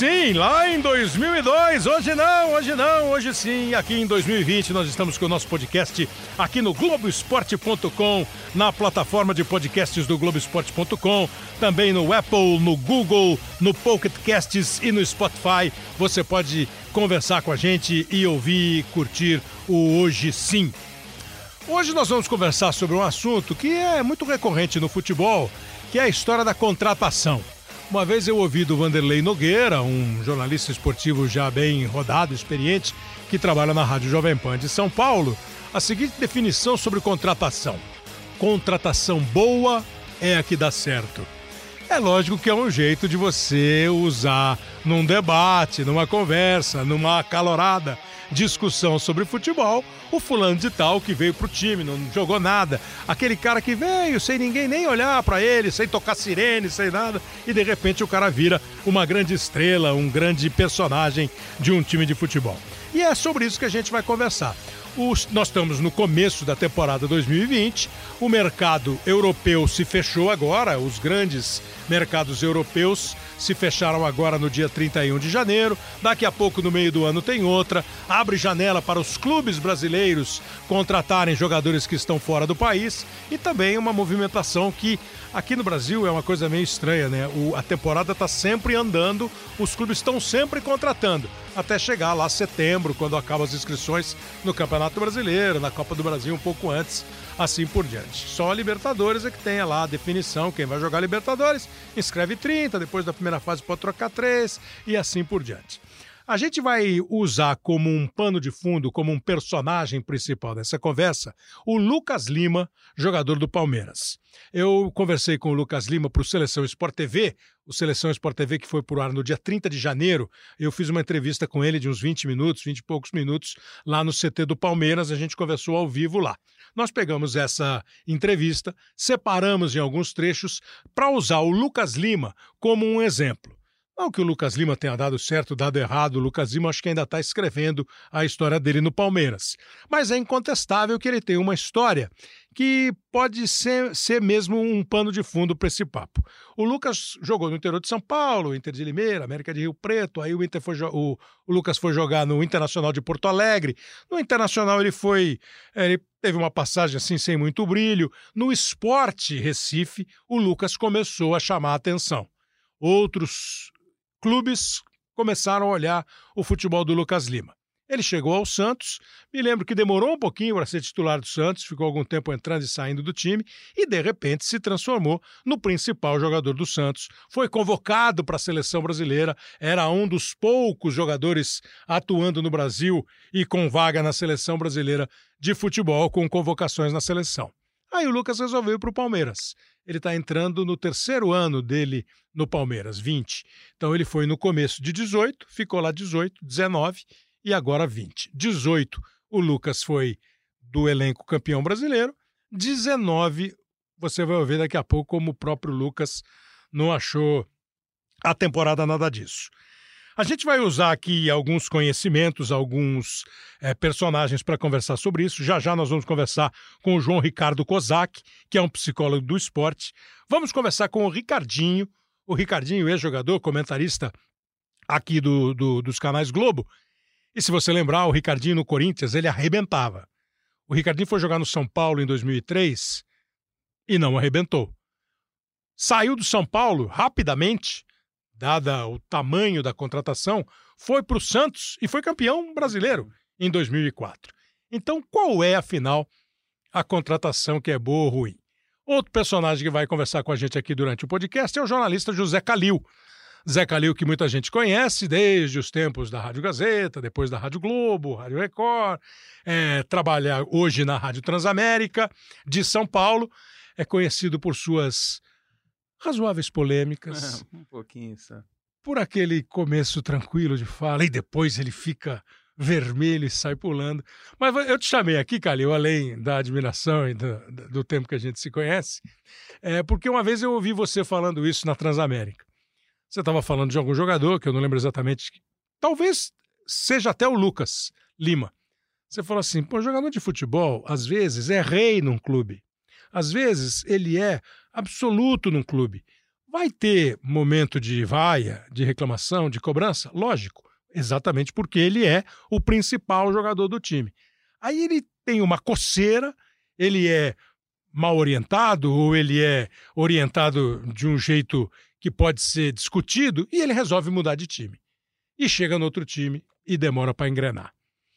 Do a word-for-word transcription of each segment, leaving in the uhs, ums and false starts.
sim, lá em dois mil e dois, hoje não, hoje não, hoje sim, aqui em dois mil e vinte nós estamos com o nosso podcast aqui no globo esporte ponto com, na plataforma de podcasts do globo esporte ponto com, também no Apple, no Google, no Pocket Casts e no Spotify. Você pode conversar com a gente e ouvir e curtir o Hoje Sim. Hoje nós vamos conversar sobre um assunto que é muito recorrente no futebol, que é a história da contratação. Uma vez eu ouvi do Vanderlei Nogueira, um jornalista esportivo já bem rodado, experiente, que trabalha na Rádio Jovem Pan de São Paulo, a seguinte definição sobre contratação. Contratação boa é a que dá certo. É lógico que é um jeito de você usar num debate, numa conversa, numa acalorada discussão sobre futebol, o fulano de tal que veio pro time, não jogou nada, aquele cara que veio sem ninguém nem olhar pra ele, sem tocar sirene, sem nada, e de repente o cara vira uma grande estrela, um grande personagem de um time de futebol. E é sobre isso que a gente vai conversar. Os, nós estamos no começo da temporada dois mil e vinte, o mercado europeu se fechou agora, os grandes mercados europeus se fecharam agora no dia trinta e um de janeiro, daqui a pouco no meio do ano tem outra, abre janela para os clubes brasileiros contratarem jogadores que estão fora do país e também uma movimentação que aqui no Brasil é uma coisa meio estranha, né? O, a temporada está sempre andando, os clubes estão sempre contratando, até chegar lá setembro, quando acabam as inscrições no Campeonato Brasileiro, na Copa do Brasil um pouco antes, assim por diante. Só a Libertadores é que tem lá a definição, quem vai jogar Libertadores, inscreve trinta, depois da primeira fase pode trocar três e assim por diante. A gente vai usar como um pano de fundo, como um personagem principal dessa conversa, o Lucas Lima, jogador do Palmeiras. Eu conversei com o Lucas Lima para o Seleção Sport T V, o Seleção Sport T V que foi pro ar no dia trinta de janeiro. Eu fiz uma entrevista com ele de uns vinte minutos, vinte e poucos minutos, lá no C T do Palmeiras, a gente conversou ao vivo lá. Nós pegamos essa entrevista, separamos em alguns trechos para usar o Lucas Lima como um exemplo. Não que o Lucas Lima tenha dado certo, dado errado, o Lucas Lima acho que ainda está escrevendo a história dele no Palmeiras. Mas é incontestável que ele tem uma história que pode ser, ser mesmo um pano de fundo para esse papo. O Lucas jogou no interior de São Paulo, Inter de Limeira, América de Rio Preto, aí o, Inter foi, o, o Lucas foi jogar no Internacional de Porto Alegre. No Internacional ele foi, ele teve uma passagem assim sem muito brilho. No Sport Recife, o Lucas começou a chamar a atenção. Outros clubes começaram a olhar o futebol do Lucas Lima. Ele chegou ao Santos, me lembro que demorou um pouquinho para ser titular do Santos, ficou algum tempo entrando e saindo do time e, de repente, se transformou no principal jogador do Santos. Foi convocado para a seleção brasileira, era um dos poucos jogadores atuando no Brasil e com vaga na seleção brasileira de futebol, com convocações na seleção. Aí o Lucas resolveu ir para o Palmeiras. Ele está entrando no terceiro ano dele no Palmeiras, vinte. Então ele foi no começo de dezoito, ficou lá dezoito, dezenove e agora vinte. dezoito, o Lucas foi do elenco campeão brasileiro. dezenove, você vai ouvir daqui a pouco como o próprio Lucas não achou a temporada nada disso. A gente vai usar aqui alguns conhecimentos, alguns é, personagens para conversar sobre isso. Já já nós vamos conversar com o João Ricardo Kozak, que é um psicólogo do esporte. Vamos conversar com o Ricardinho, o Ricardinho, ex-jogador, comentarista aqui do, do, dos canais Globo. E se você lembrar, o Ricardinho no Corinthians, ele arrebentava. O Ricardinho foi jogar no São Paulo em dois mil e três e não arrebentou. Saiu do São Paulo rapidamente, dada o tamanho da contratação, foi para o Santos e foi campeão brasileiro em dois mil e quatro. Então, qual é, afinal, a contratação que é boa ou ruim? Outro personagem que vai conversar com a gente aqui durante o podcast é o jornalista José Calil. Zé Calil, que muita gente conhece desde os tempos da Rádio Gazeta, depois da Rádio Globo, Rádio Record, é, trabalha hoje na Rádio Transamérica de São Paulo, é conhecido por suas razoáveis polêmicas. É, um pouquinho só. Por aquele começo tranquilo de fala, e depois ele fica vermelho e sai pulando. Mas eu te chamei aqui, Calil, além da admiração e do, do tempo que a gente se conhece, é porque uma vez eu ouvi você falando isso na Transamérica. Você estava falando de algum jogador, que eu não lembro exatamente, talvez seja até o Lucas Lima. Você falou assim, pô, jogador de futebol, às vezes, é rei num clube. Às vezes, ele é absoluto num clube. Vai ter momento de vaia, de reclamação, de cobrança? Lógico, exatamente porque ele é o principal jogador do time. Aí ele tem uma coceira, ele é mal orientado ou ele é orientado de um jeito que pode ser discutido e ele resolve mudar de time. E chega no outro time e demora para engrenar.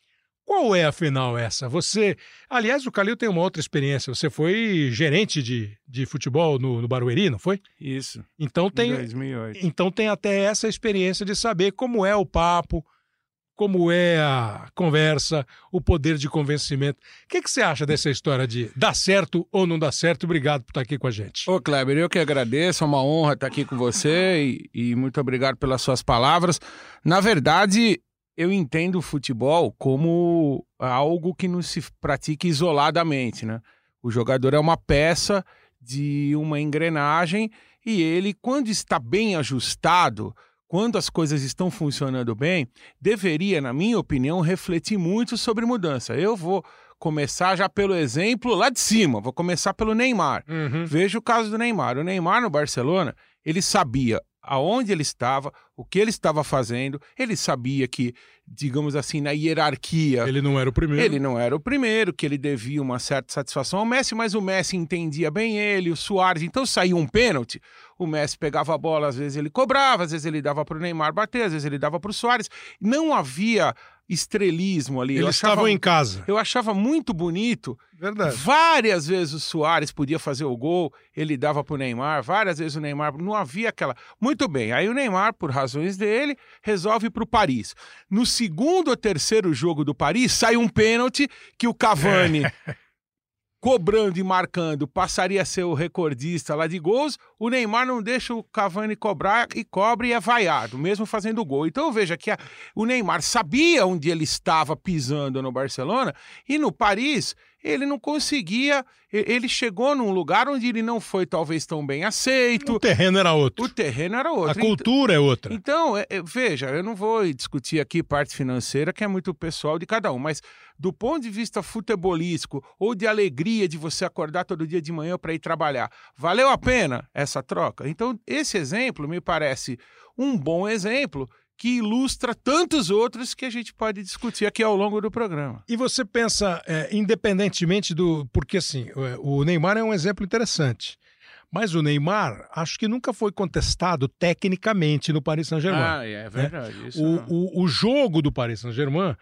Qual é, afinal, essa? Você... Aliás, o Calil tem uma outra experiência. Você foi gerente de, de futebol no, no Barueri, não foi? Isso, então tem, em dois mil e oito. Então tem até essa experiência de saber como é o papo, como é a conversa, o poder de convencimento. O que, que você acha dessa história de dar certo ou não dar certo? Obrigado por estar aqui com a gente. Ô, Kleber, eu que agradeço, é uma honra estar aqui com você e, e muito obrigado pelas suas palavras. Na verdade, eu entendo o futebol como algo que não se pratica isoladamente, né? O jogador é uma peça de uma engrenagem e ele, quando está bem ajustado, quando as coisas estão funcionando bem, deveria, na minha opinião, refletir muito sobre mudança. Eu vou começar já pelo exemplo lá de cima, vou começar pelo Neymar. Uhum. Veja o caso do Neymar. O Neymar no Barcelona, ele sabia aonde ele estava, o que ele estava fazendo, ele sabia que, digamos assim, na hierarquia... Ele não era o primeiro. Ele não era o primeiro, que ele devia uma certa satisfação ao Messi, mas o Messi entendia bem ele, o Suárez, então saía um pênalti, o Messi pegava a bola, às vezes ele cobrava, às vezes ele dava para o Neymar bater, às vezes ele dava para o Suárez, não havia estrelismo ali. Eles achava, estavam em casa. Eu achava muito bonito. Verdade. Várias vezes o Suárez podia fazer o gol, ele dava pro Neymar, várias vezes o Neymar, não havia aquela... Muito bem, aí o Neymar, por razões dele, resolve ir pro Paris. No segundo ou terceiro jogo do Paris, sai um pênalti que o Cavani... cobrando e marcando, passaria a ser o recordista lá de gols, o Neymar não deixa o Cavani cobrar e cobre e é vaiado, mesmo fazendo gol. Então veja que a, o Neymar sabia onde ele estava pisando no Barcelona e no Paris ele não conseguia, ele chegou num lugar onde ele não foi talvez tão bem aceito. O terreno era outro. O terreno era outro. A cultura então, é outra. Então, é, é, veja, eu não vou discutir aqui parte financeira, que é muito pessoal de cada um, mas do ponto de vista futebolístico ou de alegria de você acordar todo dia de manhã para ir trabalhar, valeu a pena essa troca? Então, esse exemplo me parece um bom exemplo que ilustra tantos outros que a gente pode discutir aqui ao longo do programa. E você pensa, é, independentemente do... Porque, assim, o Neymar é um exemplo interessante. Mas o Neymar, acho que nunca foi contestado tecnicamente no Paris Saint-Germain. Ah, é verdade. Né? Isso o, o, o jogo do Paris Saint-Germain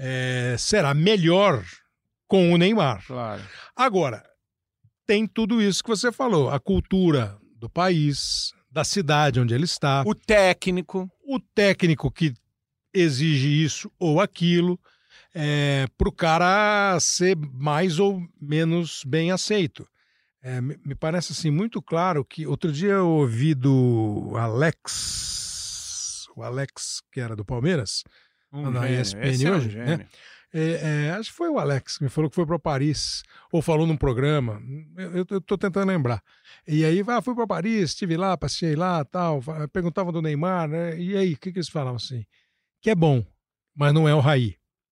é, será melhor com o Neymar. Claro. Agora, tem tudo isso que você falou. A cultura do país, da cidade onde ele está. O técnico. O técnico que exige isso ou aquilo, é, para o cara ser mais ou menos bem aceito. É, me, me parece assim muito claro que outro dia eu ouvi do Alex, o Alex que era do Palmeiras, Um na gênio. E S P N Esse é um hoje, gênio. né? É, é, acho que foi o Alex que me falou que foi para Paris, ou falou num programa, eu, eu tô tentando lembrar. E aí, ah, fui para Paris, estive lá, passei lá, tal, perguntavam do Neymar, né? E aí, o que, que eles falavam assim? Que é bom, mas não é o Raí.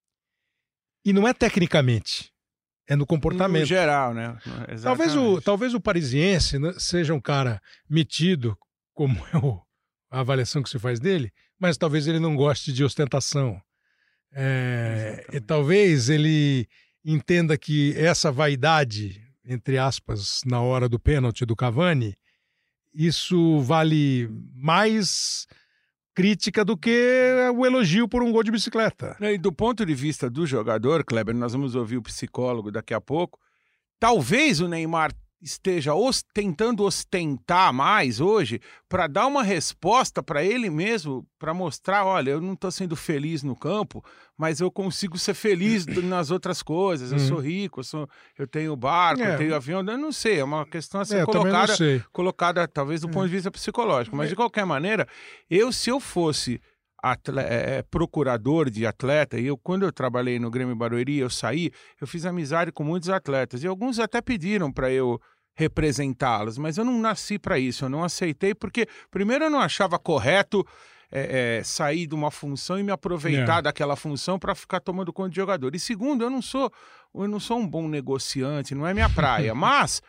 E não é tecnicamente, é no comportamento. No geral, né? Talvez o, talvez o parisiense, né, seja um cara metido, como é o, a avaliação que se faz dele, mas talvez ele não goste de ostentação. É, e talvez ele entenda que essa vaidade, entre aspas, na hora do pênalti do Cavani, isso vale mais crítica do que o elogio por um gol de bicicleta. E do ponto de vista do jogador, Kleber, nós vamos ouvir o psicólogo daqui a pouco, talvez o Neymar esteja os, tentando ostentar mais hoje para dar uma resposta para ele mesmo, para mostrar, olha, eu não estou sendo feliz no campo, mas eu consigo ser feliz nas outras coisas, eu sou rico, eu, sou, eu tenho barco, é. eu tenho avião, eu não sei, é uma questão a ser é, colocada, colocada talvez do é. ponto de vista psicológico, mas é. de qualquer maneira, eu se eu fosse Atleta, é, procurador de atleta, e eu, quando eu trabalhei no Grêmio Barueri, eu saí, eu fiz amizade com muitos atletas, e alguns até pediram para eu representá-los, mas eu não nasci para isso, eu não aceitei, porque primeiro eu não achava correto é, é, sair de uma função e me aproveitar é. daquela função para ficar tomando conta de jogador, e segundo, eu não sou, eu não sou um bom negociante, não é minha praia, mas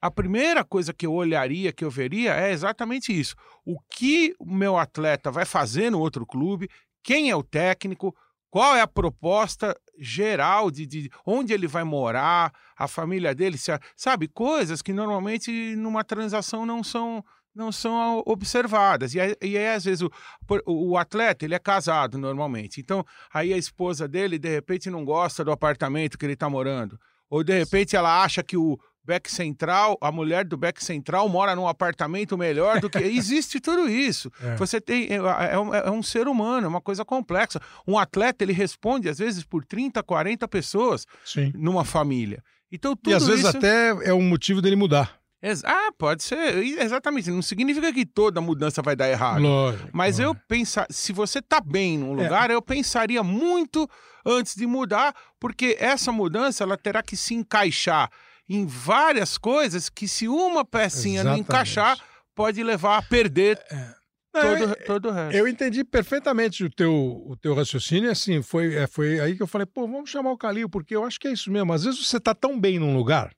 a primeira coisa que eu olharia, que eu veria, é exatamente isso. O que o meu atleta vai fazer no outro clube, quem é o técnico, qual é a proposta geral de, de onde ele vai morar, a família dele, se, sabe? Coisas que normalmente numa transação não são, não são observadas. E aí, e aí às vezes, o, o atleta ele é casado normalmente. Então, aí a esposa dele, de repente, não gosta do apartamento que ele está morando. Ou, de repente, ela acha que o back central, a mulher do back central mora num apartamento melhor do que... Existe tudo isso. É. Você tem... É, é, um, é um ser humano, é uma coisa complexa. Um atleta, ele responde, às vezes, por trinta, quarenta pessoas Sim. numa família. Então, tudo e, às vezes, isso... até é um motivo dele mudar. Ah, pode ser. Exatamente. Não significa que toda mudança vai dar errado. Lógico, Mas lógico. eu pensar, se você tá bem num lugar, é. eu pensaria muito antes de mudar, porque essa mudança ela terá que se encaixar em várias coisas que, se uma pecinha Exatamente. não encaixar, pode levar a perder é. todo, todo o resto. Eu entendi perfeitamente o teu, o teu raciocínio, assim, foi, foi aí que eu falei, pô, vamos chamar o Calil, porque eu acho que é isso mesmo. Às vezes você tá tão bem num lugar,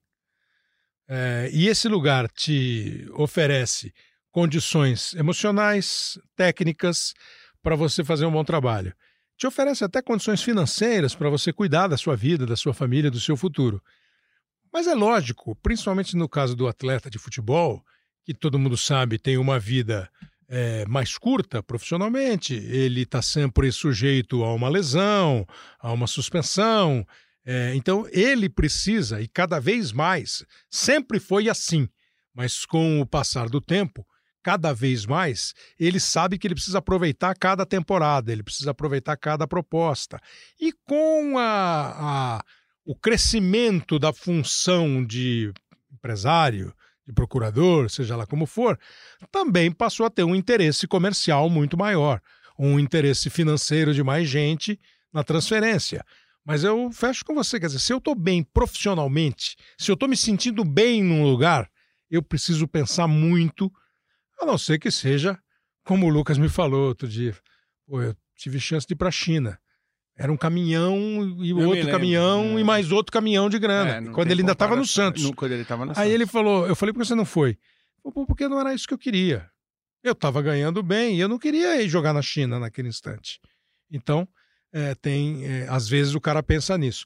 é, e esse lugar te oferece condições emocionais, técnicas, para você fazer um bom trabalho. Te oferece até condições financeiras para você cuidar da sua vida, da sua família, do seu futuro. Mas é lógico, principalmente no caso do atleta de futebol, que todo mundo sabe tem uma vida é, mais curta profissionalmente, ele está sempre sujeito a uma lesão, a uma suspensão. É, então ele precisa, e cada vez mais, sempre foi assim, mas com o passar do tempo, cada vez mais, ele sabe que ele precisa aproveitar cada temporada, ele precisa aproveitar cada proposta. E com a... a o crescimento da função de empresário, de procurador, seja lá como for, também passou a ter um interesse comercial muito maior, um interesse financeiro de mais gente na transferência. Mas eu fecho com você, quer dizer, se eu estou bem profissionalmente, se eu estou me sentindo bem num lugar, eu preciso pensar muito, a não ser que seja, como o Lucas me falou outro dia, pô, eu tive chance de ir para a China. Era um caminhão e eu outro caminhão é. e mais outro caminhão de grana. É, quando ele ainda estava no Santos. No, quando ele estava no Aí Santos. ele falou, eu falei, por que você não foi? Falei, porque não era isso que eu queria. Eu estava ganhando bem e eu não queria ir jogar na China naquele instante. Então, é, tem, é, às vezes o cara pensa nisso.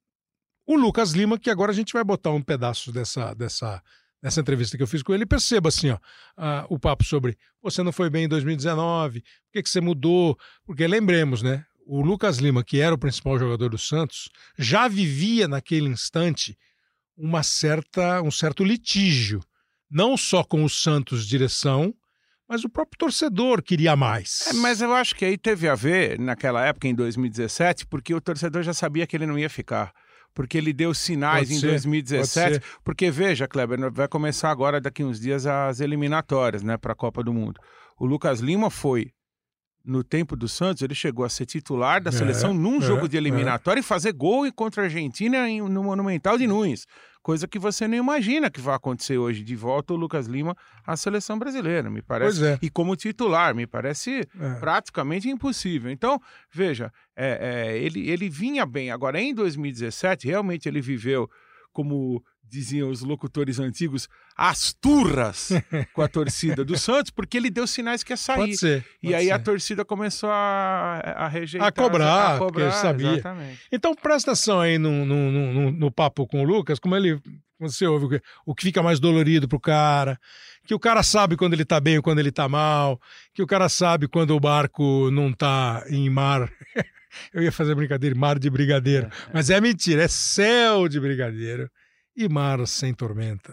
O Lucas Lima, que agora a gente vai botar um pedaço dessa, dessa, dessa entrevista que eu fiz com ele, perceba assim, ó, a, o papo sobre você não foi bem em dois mil e dezenove, por que, que você mudou? Porque lembremos, né? O Lucas Lima, que era o principal jogador do Santos, já vivia naquele instante uma certa, um certo litígio, não só com o Santos direção, mas o próprio torcedor queria mais. É, mas eu acho que aí teve a ver, naquela época, em dois mil e dezessete, porque o torcedor já sabia que ele não ia ficar. Porque ele deu sinais pode em ser, dois mil e dezessete. Porque, veja, Kleber, vai começar agora, daqui uns dias, as eliminatórias, né, para a Copa do Mundo. O Lucas Lima foi... No tempo do Santos, ele chegou a ser titular da seleção é, num é, jogo de eliminatória é. e fazer gol contra a Argentina em, no Monumental de Nunes. Coisa que você nem imagina que vai acontecer hoje. De volta o Lucas Lima à seleção brasileira, me parece. É. E como titular, me parece é. praticamente impossível. Então, veja, é, é, ele, ele vinha bem. Agora, em dois mil e dezessete, realmente ele viveu, como diziam os locutores antigos, as turras com a torcida do Santos, porque ele deu sinais que ia sair. Pode ser, pode e aí ser. a torcida começou a, a rejeitar. A cobrar, a cobrar porque ele sabia. Exatamente. Então presta atenção aí no, no, no, no papo com o Lucas, como ele, você ouve o que, o que fica mais dolorido pro cara, que o cara sabe quando ele tá bem ou quando ele tá mal, que o cara sabe quando o barco não tá em mar... Eu ia fazer brincadeira, mar de brigadeiro, é, é. mas é mentira, é céu de brigadeiro. E mar sem tormenta.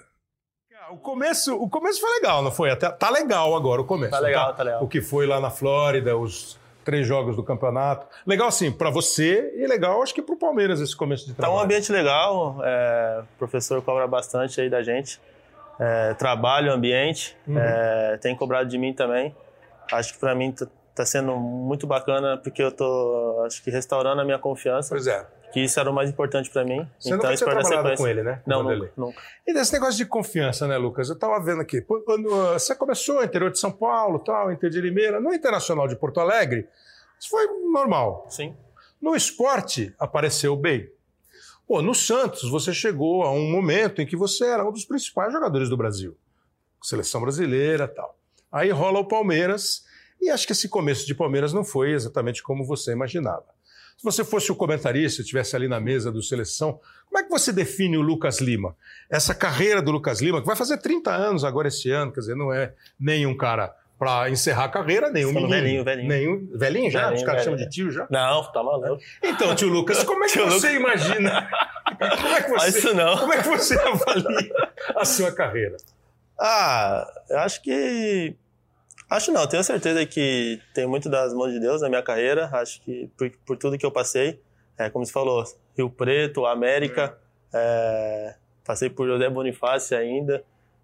O começo, o começo foi legal, não foi? Até, tá legal agora o começo. Tá legal, tá, tá legal. O que foi lá na Flórida, os três jogos do campeonato. Legal, sim, pra você e legal, acho que pro Palmeiras esse começo de trabalho. Tá um ambiente legal, é, o professor cobra bastante aí da gente. É, trabalho, ambiente, uhum. é, tem cobrado de mim também. Acho que pra mim tá, tá sendo muito bacana, porque eu tô, acho que, restaurando a minha confiança. Pois é. Que isso era o mais importante pra mim. Você então, nunca tinha trabalhado com ele, né? Não, nunca, nunca. E desse negócio de confiança, né, Lucas? Eu tava vendo aqui. Quando você começou no interior de São Paulo, tal, Inter de Limeira, no Internacional de Porto Alegre, isso foi normal. Sim. No esporte, apareceu bem. Pô, no Santos você chegou a um momento em que você era um dos principais jogadores do Brasil. Seleção brasileira e tal. Aí rola o Palmeiras e acho que esse começo de Palmeiras não foi exatamente como você imaginava. Se você fosse o comentarista, estivesse ali na mesa do Seleção, como é que você define o Lucas Lima? Essa carreira do Lucas Lima, que vai fazer trinta anos agora esse ano, quer dizer, não é nem um cara para encerrar a carreira, nem um menino. Velhinho, velhinho. Nem um, velhinho já? Velhinho, Os caras velhinho. chamam de tio já? Não, tá maluco. Então, tio Lucas, como é que Tio você imagina? Como é que Faz você, isso não. como é que você avalia a sua carreira? Ah, eu acho que... Acho não, tenho certeza que tem muito das mãos de Deus na minha carreira. Acho que por, por tudo que eu passei, é, como você falou, Rio Preto, América, é, passei por José Bonifácio ainda,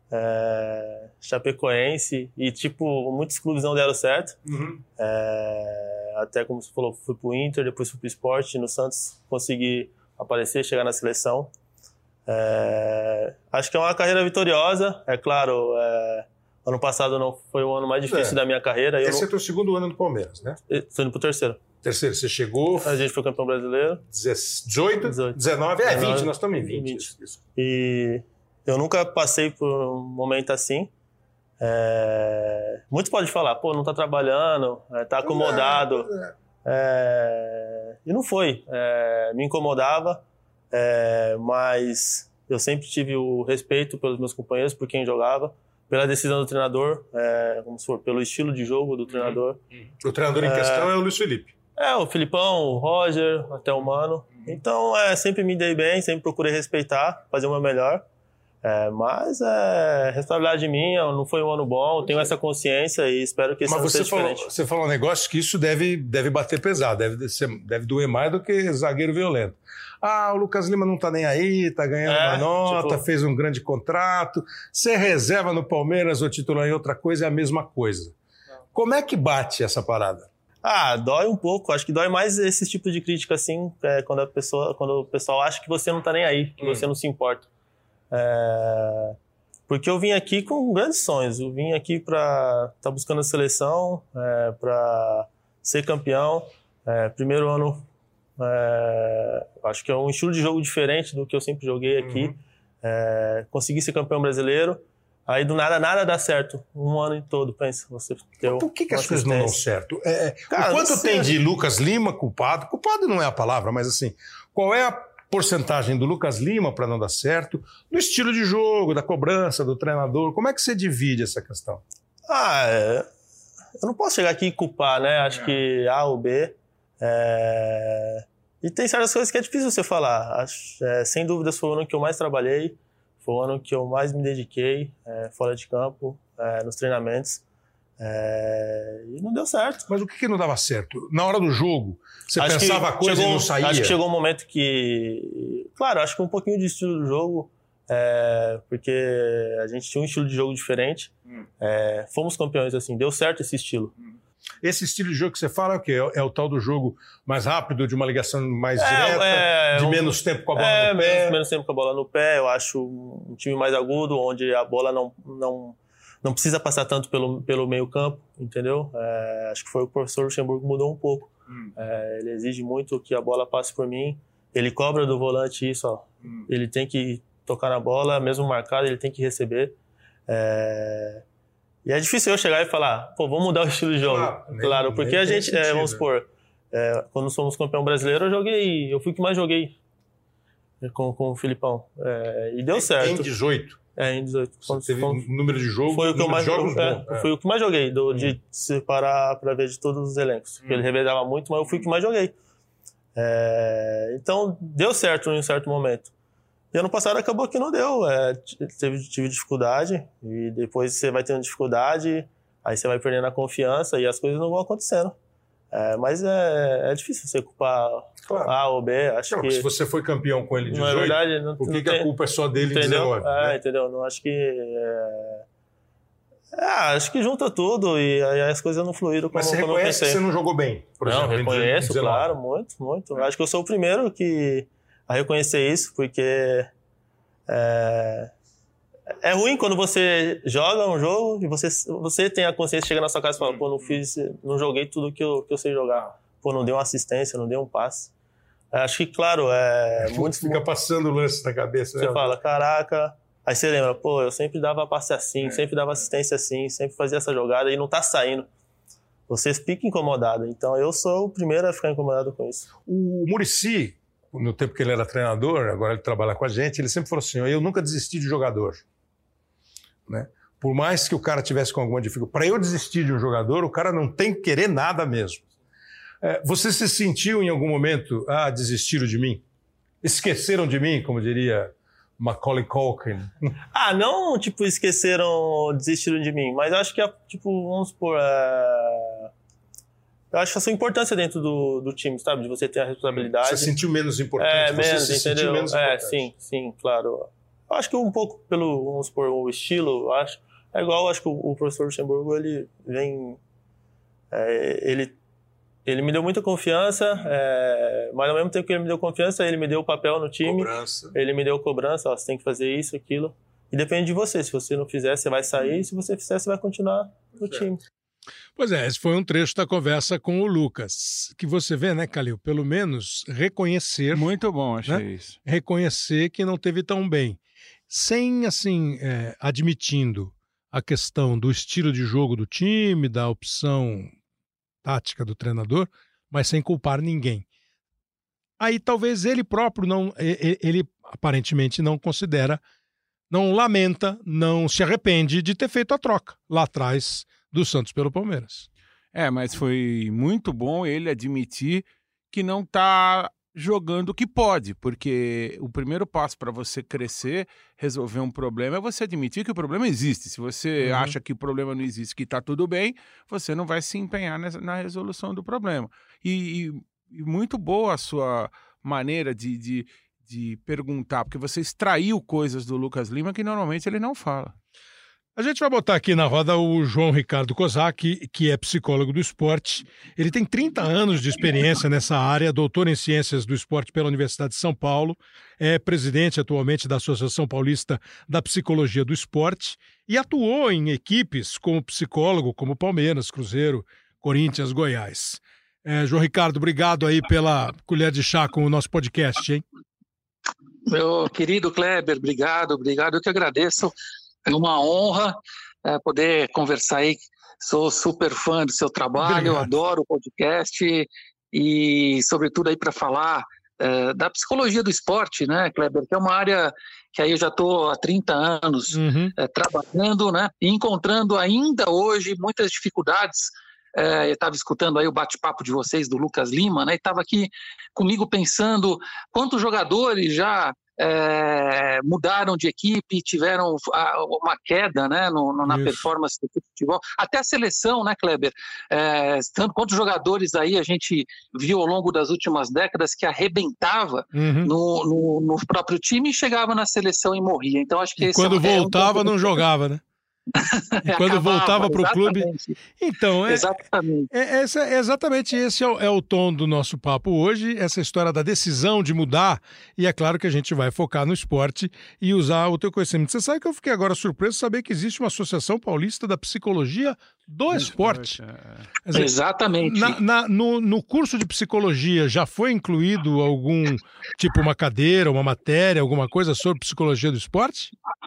é, Chapecoense, e tipo, muitos clubes não deram certo. Uhum. É, até como você falou, fui pro Inter, depois fui pro Sport, no Santos consegui aparecer, chegar na seleção. É, acho que é uma carreira vitoriosa, é claro. É, ano passado não foi o ano mais difícil é. da minha carreira. Esse eu é o teu segundo ano no Palmeiras, né? Estou indo pro terceiro. Terceiro, você chegou... A gente foi campeão brasileiro. dezoito, dezoito. dezenove, é dezenove, vinte, nós estamos em vinte. vinte. Isso, isso. E eu nunca passei por um momento assim. É, muitos podem falar, pô, não tá trabalhando, é, tá acomodado. É, é. É, e não foi. É, me incomodava, é, mas eu sempre tive o respeito pelos meus companheiros, por quem jogava, pela decisão do treinador, é, como se for, pelo estilo de jogo do treinador. O treinador em É, questão é o Luiz Felipe. É, o Filipão, o Roger, até o Mano. Então, é, sempre me dei bem, sempre procurei respeitar, fazer o meu melhor. É, mas é responsabilidade minha, não foi um ano bom, tenho essa consciência e espero que esse Mas ano você seja falou, diferente. você falou um negócio que isso deve, deve bater pesado, deve, ser, deve doer mais do que zagueiro violento. Ah, o Lucas Lima não tá nem aí, tá ganhando É, uma nota, tipo- fez um grande contrato, ser reserva no Palmeiras ou titular em outra coisa é a mesma coisa. Como é que bate essa parada? Ah, dói um pouco. Acho que dói mais esse tipo de crítica, assim, é, quando, a pessoa, quando o pessoal acha que você não tá nem aí, que Hum. você não se importa. É, porque eu vim aqui com grandes sonhos. Eu vim aqui para estar tá buscando a seleção, é, para ser campeão. É, primeiro ano, é, acho que é um estilo de jogo diferente do que eu sempre joguei aqui. Uhum. É, consegui ser campeão brasileiro. Aí do nada, nada dá certo. Um ano todo, pensa. Você deu Por que, que uma as coisas não dão assistência. certo? É, é, Cara, o quanto você- tem de Lucas Lima culpado? Culpado não é a palavra, mas assim, qual é a porcentagem do Lucas Lima para não dar certo? Do estilo de jogo, da cobrança, do treinador? Como é que você divide essa questão? Ah, é, eu não posso chegar aqui e culpar, né? Acho que A ou B. É, e tem certas coisas que é difícil você falar. Acho, é, sem dúvidas foi o ano que eu mais trabalhei, foi o ano que eu mais me dediquei, é, fora de campo, é, nos treinamentos. É, e não deu certo. Mas o que, que não dava certo? Na hora do jogo, você Acho que pensava a coisa chegou- e não saía? Acho que chegou um momento que... Claro, acho que um pouquinho de estilo do jogo, é, porque a gente tinha um estilo de jogo diferente. Hum. É, fomos campeões, assim, deu certo esse estilo. Esse estilo de jogo que você fala é o quê? É, é o tal do jogo mais rápido, de uma ligação mais É, direta, é, de um- menos tempo com a bola É, no pé? menos, menos tempo com a bola no pé. Eu acho um time mais agudo, onde a bola não, não, não precisa passar tanto pelo, pelo meio campo, entendeu? É, acho que foi o professor Luxemburgo que mudou um pouco. Hum. É, ele exige muito que a bola passe por mim. Ele cobra do volante isso, ó. Hum. Ele tem que tocar na bola, mesmo marcado, ele tem que receber. É, E é difícil eu chegar e falar, pô, vamos mudar o estilo de jogo. Claro, nem- Claro, porque nem a tem gente, é, sentido, vamos né? supor, é, quando somos campeão brasileiro, eu joguei, eu fui o que mais joguei com, com o Filipão. É, e deu certo. Em dezoito. É, em dezoito. Você Quando- teve quando- um número de jogo, foi o que eu número mais de jogos é, bom. É. Foi o que mais joguei, do, de separar para ver de todos os elencos. Porque Hum. ele revezava muito, mas eu fui o que mais joguei. É, então, deu certo em um certo momento. E ano passado acabou que não deu. É, t- teve, tive dificuldade, e depois você vai tendo dificuldade, aí você vai perdendo a confiança e as coisas não vão acontecendo. É, mas é, é difícil você culpar Claro. A ou B. Acho Não, que, se você foi campeão com ele de na dezoito, verdade, não, por que, não que a tem- culpa é só dele em entendeu? dezenove? É, né? entendeu? Não acho que. É... É, acho que junta tudo e aí as coisas não fluíram como, Mas você como eu reconhece que pensei. você não jogou bem, por Não, exemplo, em reconheço, dezenove. claro, muito, muito. Acho que eu sou o primeiro que a reconhecer isso, porque é, é ruim quando você joga um jogo e você, você tem a consciência, chega na sua casa e fala, pô, não fiz, não joguei tudo que eu, que eu sei jogar. Pô, não dei uma assistência, não dei um passe. Acho que, claro, é... Muito fica passando o lance na cabeça, Você né? fala, caraca... Aí você lembra, pô, eu sempre dava passe assim, é. sempre dava assistência assim, sempre fazia essa jogada e não tá saindo. Você fica incomodado. Então eu sou o primeiro a ficar incomodado com isso. O Muricy, no tempo que ele era treinador, agora ele trabalha com a gente, ele sempre falou assim, eu nunca desisti de jogador. Né? Por mais que o cara tivesse com alguma dificuldade, para eu desistir de um jogador, o cara não tem que querer nada mesmo. É, você se sentiu em algum momento, ah, desistiram de mim? Esqueceram de mim, como diria Macaulay Culkin? Ah, não, tipo, esqueceram, desistiram de mim, mas eu acho que, é, tipo, vamos supor, é... eu acho que a sua importância dentro do, do time, sabe? De você ter a responsabilidade. Você sentiu menos importante? É, você menos, se entendeu? sentiu menos é, importante. sim, sim, claro. Eu acho que um pouco pelo, vamos supor, o estilo, eu acho. É igual, eu acho que o, o professor Luxemburgo, ele vem... É, ele, ele me deu muita confiança, é, mas ao mesmo tempo que ele me deu confiança, ele me deu o papel no time. Cobrança. Ele me deu cobrança, ó, você tem que fazer isso, aquilo. E depende de você. Se você não fizer, você vai sair. Se você fizer, você vai continuar no certo. time. Pois é, esse foi um trecho da conversa com o Lucas. Que você vê, né, Calil? Pelo menos reconhecer... Muito bom, achei né? isso. Reconhecer que não teve tão bem. Sem, assim, é, admitindo a questão do estilo de jogo do time, da opção tática do treinador, mas sem culpar ninguém. Aí talvez ele próprio não, ele, ele aparentemente não considera, não lamenta, não se arrepende de ter feito a troca lá atrás do Santos pelo Palmeiras. É, mas foi muito bom ele admitir que não está jogando o que pode, porque o primeiro passo para você crescer, resolver um problema, é você admitir que o problema existe. Se você uhum. acha que o problema não existe, que está tudo bem, você não vai se empenhar nessa, na resolução do problema. E, e, e muito boa a sua maneira de, de, de perguntar, porque você extraiu coisas do Lucas Lima que normalmente ele não fala. A gente vai botar aqui na roda o João Ricardo Kozak, que é psicólogo do esporte. Ele tem trinta anos de experiência nessa área, doutor em Ciências do Esporte pela Universidade de São Paulo, é presidente atualmente da Associação Paulista da Psicologia do Esporte e atuou em equipes como psicólogo, como Palmeiras, Cruzeiro, Corinthians, Goiás. É, João Ricardo, obrigado aí pela colher de chá com o nosso podcast, hein? Meu querido Kleber, obrigado, obrigado. Eu que agradeço. É uma honra é, poder conversar aí. Sou super fã do seu trabalho, Obrigado. Adoro o podcast e, sobretudo, aí para falar é, da psicologia do esporte, né, Kleber? Que é uma área que aí eu já estou há trinta anos uhum. é, trabalhando, né, e encontrando ainda hoje muitas dificuldades. É, eu estava escutando aí o bate-papo de vocês do Lucas Lima, né, e estava aqui comigo pensando quantos jogadores já É, mudaram de equipe, tiveram a, uma queda, né, no, no, na Isso. performance do futebol, até a seleção, né, Kleber? É, tanto quantos jogadores aí a gente viu ao longo das últimas décadas que arrebentava uhum. no, no, no próprio time e chegava na seleção e morria. Então acho que e esse quando é um, voltava é um... não jogava, né? E quando Acabava, voltava para o clube. Então, é, exatamente. É, é, é exatamente esse é o, é o tom do nosso papo hoje, essa história da decisão de mudar. E é claro que a gente vai focar no esporte e usar o teu conhecimento. Você sabe que eu fiquei agora surpreso de saber que existe uma Associação Paulista da Psicologia do é, Esporte. É. Dizer, exatamente. Na, na, no, no curso de psicologia já foi incluído algum tipo, uma cadeira, uma matéria, alguma coisa sobre psicologia do esporte?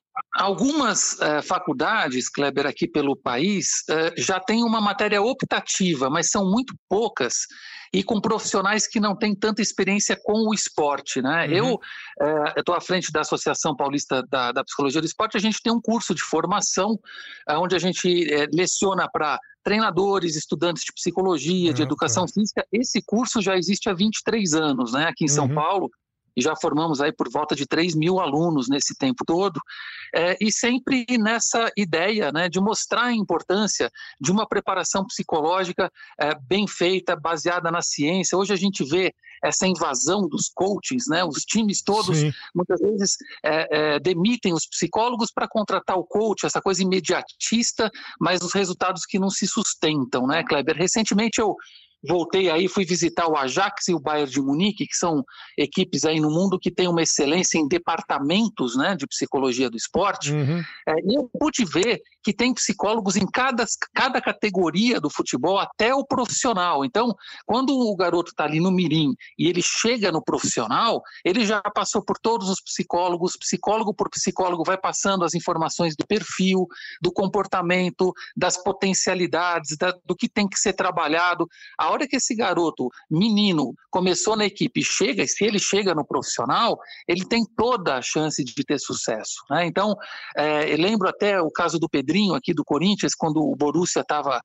Algumas eh, faculdades, Kleber, aqui pelo país, eh, já têm uma matéria optativa, mas são muito poucas e com profissionais que não têm tanta experiência com o esporte, né? Uhum. Eu eh, estou à frente da Associação Paulista da, da Psicologia do Esporte, a gente tem um curso de formação eh, onde a gente eh, leciona para treinadores, estudantes de psicologia, de uhum. educação física. Esse curso já existe há vinte e três anos, né, aqui em São uhum. Paulo. E já formamos aí por volta de três mil alunos nesse tempo todo, é, e sempre nessa ideia, né, de mostrar a importância de uma preparação psicológica é, bem feita, baseada na ciência. Hoje a gente vê essa invasão dos coachings, né, os times todos Sim. muitas vezes é, é, demitem os psicólogos para contratar o coach, essa coisa imediatista, mas os resultados que não se sustentam, né, Kleber? Recentemente eu voltei aí, fui visitar o Ajax e o Bayern de Munique, que são equipes aí no mundo que têm uma excelência em departamentos, né, de psicologia do esporte. Uhum. É, e eu pude ver que tem psicólogos em cada, cada categoria do futebol, até o profissional. Então, quando o garoto está ali no mirim e ele chega no profissional, ele já passou por todos os psicólogos, psicólogo por psicólogo vai passando as informações do perfil, do comportamento, das potencialidades, da, do que tem que ser trabalhado. A hora que esse garoto, menino, começou na equipe e chega, e se ele chega no profissional, ele tem toda a chance de ter sucesso, né? Então, é, eu lembro até o caso do Pedrinho aqui do Corinthians, quando o Borussia estava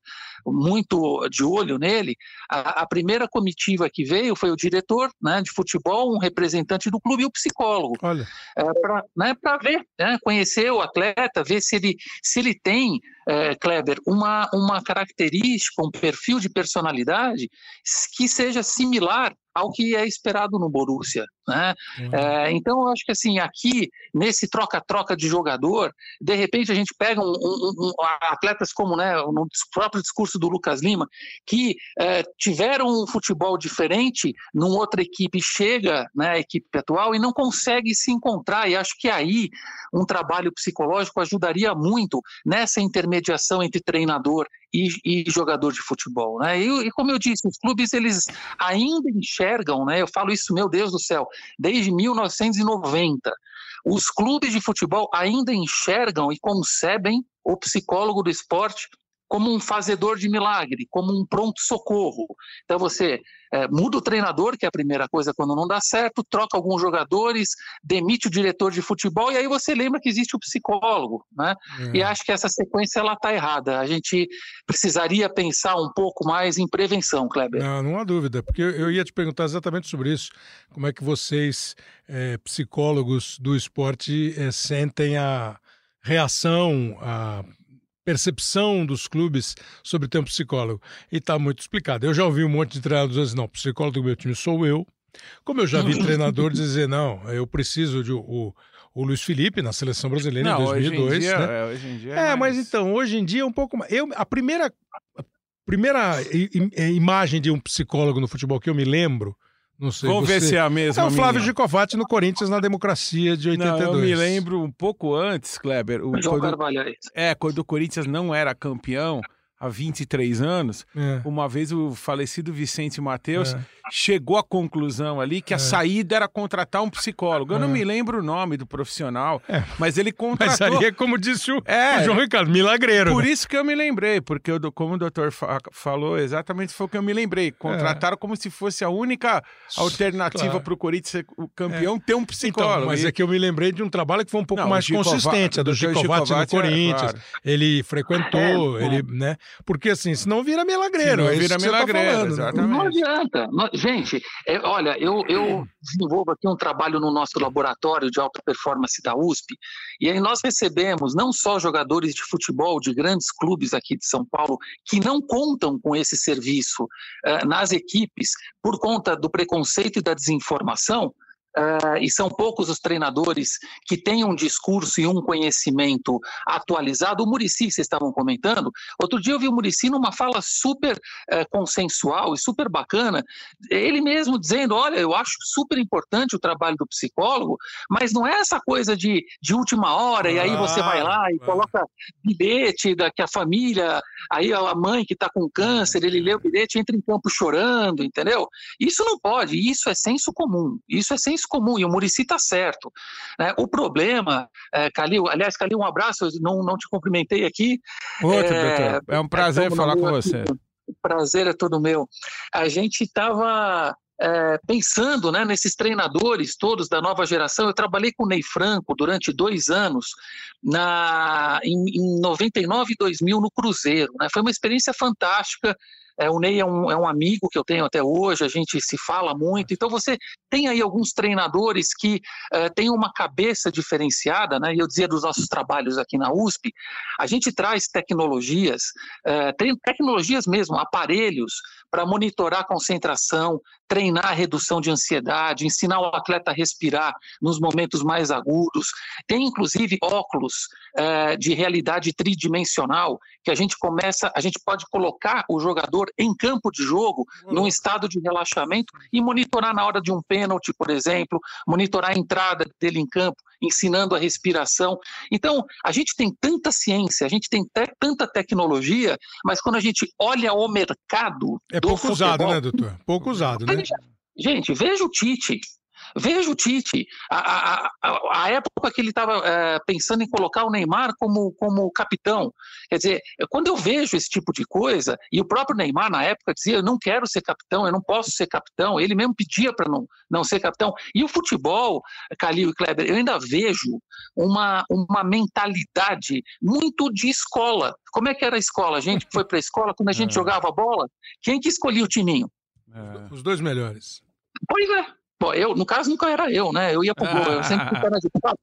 muito de olho nele, a, a primeira comitiva que veio foi o diretor, né, de futebol, um representante do clube e o psicólogo. Olha. É, para, né, para ver, né, conhecer o atleta, ver se ele, se ele tem, é, Kleber, uma, uma característica, um perfil de personalidade que seja similar ao que é esperado no Borussia, né? Uhum. É, então, eu acho que assim, aqui, nesse troca-troca de jogador, de repente a gente pega um, um, um, atletas como, né, no próprio discurso do Lucas Lima, que é, tiveram um futebol diferente numa outra equipe, chega, né, a equipe atual e não consegue se encontrar, e acho que aí um trabalho psicológico ajudaria muito nessa intermediação entre treinador e, e jogador de futebol, né? E, e como eu disse, os clubes, eles ainda enxergam, né? Eu falo isso, meu Deus do céu, desde mil novecentos e noventa, os clubes de futebol ainda enxergam e concebem o psicólogo do esporte como um fazedor de milagre, como um pronto-socorro. Então você é, muda o treinador, que é a primeira coisa quando não dá certo, troca alguns jogadores, demite o diretor de futebol, e aí você lembra que existe o psicólogo, né? É. E acho que essa sequência está errada. A gente precisaria pensar um pouco mais em prevenção, Kleber. Não, não há dúvida, porque eu ia te perguntar exatamente sobre isso. Como é que vocês, é, psicólogos do esporte, é, sentem a reação, a percepção dos clubes sobre ter um psicólogo. E está muito explicado. Eu já ouvi um monte de treinadores dizer, não, o psicólogo do meu time sou eu. Como eu já vi treinador dizer, não, eu preciso de... O, o Luiz Felipe, na Seleção Brasileira, não, em dois mil e dois. Hoje em dia, né? é, hoje em dia é, é mais... mas então, hoje em dia é um pouco mais... Eu, a primeira, a primeira imagem de um psicólogo no futebol que eu me lembro, não sei, Vamos você... ver se é a mesma. É o Flávio minha. Gicovati no Corinthians na Democracia de oitenta e dois. Não, eu me lembro um pouco antes, Kleber. O, João quando, Carvalho. É, quando o Corinthians não era campeão, há vinte e três anos, é. uma vez o falecido Vicente Mateus é. chegou à conclusão ali que a é. saída era contratar um psicólogo. Eu é. não me lembro o nome do profissional, é. mas ele contratou... Mas aí é como disse o, é. o João Ricardo, milagreiro. Por né? isso que eu me lembrei, porque eu, como o doutor fa falou, exatamente foi o que eu me lembrei. Contrataram é. como se fosse a única alternativa claro. para o Corinthians ser o campeão, é. ter um psicólogo. Então, mas e... é que eu me lembrei de um trabalho que foi um pouco não, mais consistente, a do Gicovati no Corinthians. É, claro. Ele frequentou, é, ele, né? Porque assim, senão vira milagreiro. Senão é vira milagreiro, tá falando, exatamente. Não adianta. Não, gente, é, olha, eu, eu desenvolvo aqui um trabalho no nosso laboratório de alta performance da U S P, e aí nós recebemos não só jogadores de futebol de grandes clubes aqui de São Paulo que não contam com esse serviço uh, nas equipes por conta do preconceito e da desinformação. Uh, e são poucos os treinadores que têm um discurso e um conhecimento atualizado. O Muricy, vocês estavam comentando, outro dia eu vi o Muricy numa fala super uh, consensual e super bacana, ele mesmo dizendo, olha, eu acho super importante o trabalho do psicólogo, mas não é essa coisa de, de última hora, ah, e aí você vai lá e ah. coloca bilhete da, que a família, aí a mãe que está com câncer, ele lê o bilhete e entra em campo chorando, entendeu? Isso não pode, isso é senso comum, isso é senso comum, e o Muricy está certo. Né? O problema, é, Calil, aliás, Calil, um abraço, eu não, não te cumprimentei aqui. Outro, é, doutor, é um prazer falar com você. Aqui, o prazer é todo meu. A gente estava é, pensando, né, nesses treinadores todos da nova geração. Eu trabalhei com o Ney Franco durante dois anos, na, em, em noventa e nove e dois mil no Cruzeiro. Né? Foi uma experiência fantástica. É, o Ney é um, é um amigo que eu tenho até hoje, a gente se fala muito, então você tem aí alguns treinadores que uh, têm uma cabeça diferenciada, né? E eu dizia dos nossos trabalhos aqui na U S P, a gente traz tecnologias, uh, tem tecnologias mesmo, aparelhos para monitorar a concentração, treinar a redução de ansiedade, ensinar o atleta a respirar nos momentos mais agudos, tem inclusive óculos uh, de realidade tridimensional, que a gente começa, a gente pode colocar o jogador em campo de jogo, uhum. num estado de relaxamento, e monitorar na hora de um pênalti, por exemplo, monitorar a entrada dele em campo. ensinando a respiração. Então, a gente tem tanta ciência, a gente tem te- tanta tecnologia, mas quando a gente olha o mercado É do pouco futebol, usado, né, doutor? Pouco usado, né? Gente, veja o Tite. Veja o Tite. A, a, a, a época que ele estava é, pensando em colocar o Neymar como, como capitão. Quer dizer, quando eu vejo esse tipo de coisa, e o próprio Neymar na época dizia, eu não quero ser capitão, eu não posso ser capitão, ele mesmo pedia para não, não ser capitão. E o futebol, Calil e Kleber, eu ainda vejo uma, uma mentalidade muito de escola. Como é que era a escola? A gente foi para a escola, quando a gente é. jogava bola, quem que escolhia o timinho? É. Os dois melhores. Pois é. Bom, eu, no caso, nunca era eu, né? Eu ia pro gol, eu sempre fui perna de pau.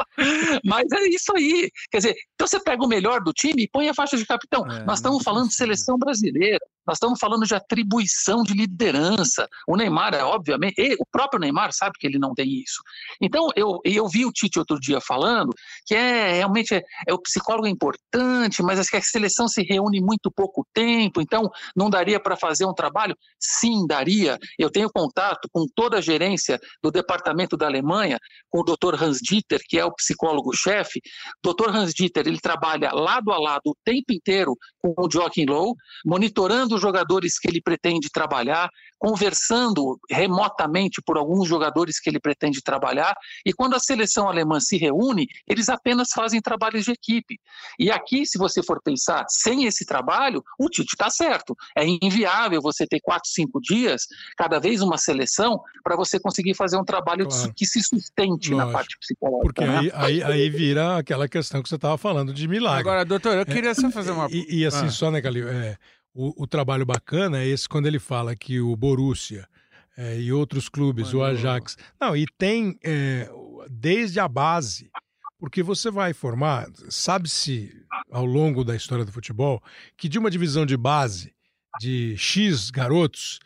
Mas é isso aí. Quer dizer, então você pega o melhor do time e põe a faixa de capitão. É, Nós estamos falando de seleção brasileira. Nós estamos falando de atribuição de liderança. O Neymar, é, obviamente, ele, o próprio Neymar sabe que ele não tem isso. Então, eu, eu vi o Tite outro dia falando que é realmente é, é o psicólogo é importante, mas acho que a seleção se reúne muito pouco tempo, então não daria para fazer um trabalho? Sim, daria. Eu tenho contato com toda a gerência do departamento da Alemanha, com o doutor Hans Dieter, que é o psicólogo-chefe. O doutor Hans Dieter, ele trabalha lado a lado o tempo inteiro com o Joachim Löw, monitorando os jogadores que ele pretende trabalhar, conversando remotamente por alguns jogadores que ele pretende trabalhar, e quando a seleção alemã se reúne, eles apenas fazem trabalhos de equipe. E aqui, se você for pensar, sem esse trabalho, o Tite está certo. É inviável você ter quatro, cinco dias, cada vez uma seleção, para você conseguir fazer um trabalho claro. que se sustente Lógico. na parte psicológica. Porque né? aí, aí, aí vira aquela questão que você estava falando de milagre. Agora, doutor, eu queria é, só fazer uma... E, e assim, ah. só, né, Calil, é... O, o trabalho bacana é esse quando ele fala que o Borussia é, e outros clubes, Mano. o Ajax... Não, e tem é, desde a base, porque você vai formar, sabe-se ao longo da história do futebol, que de uma divisão de base de X garotos,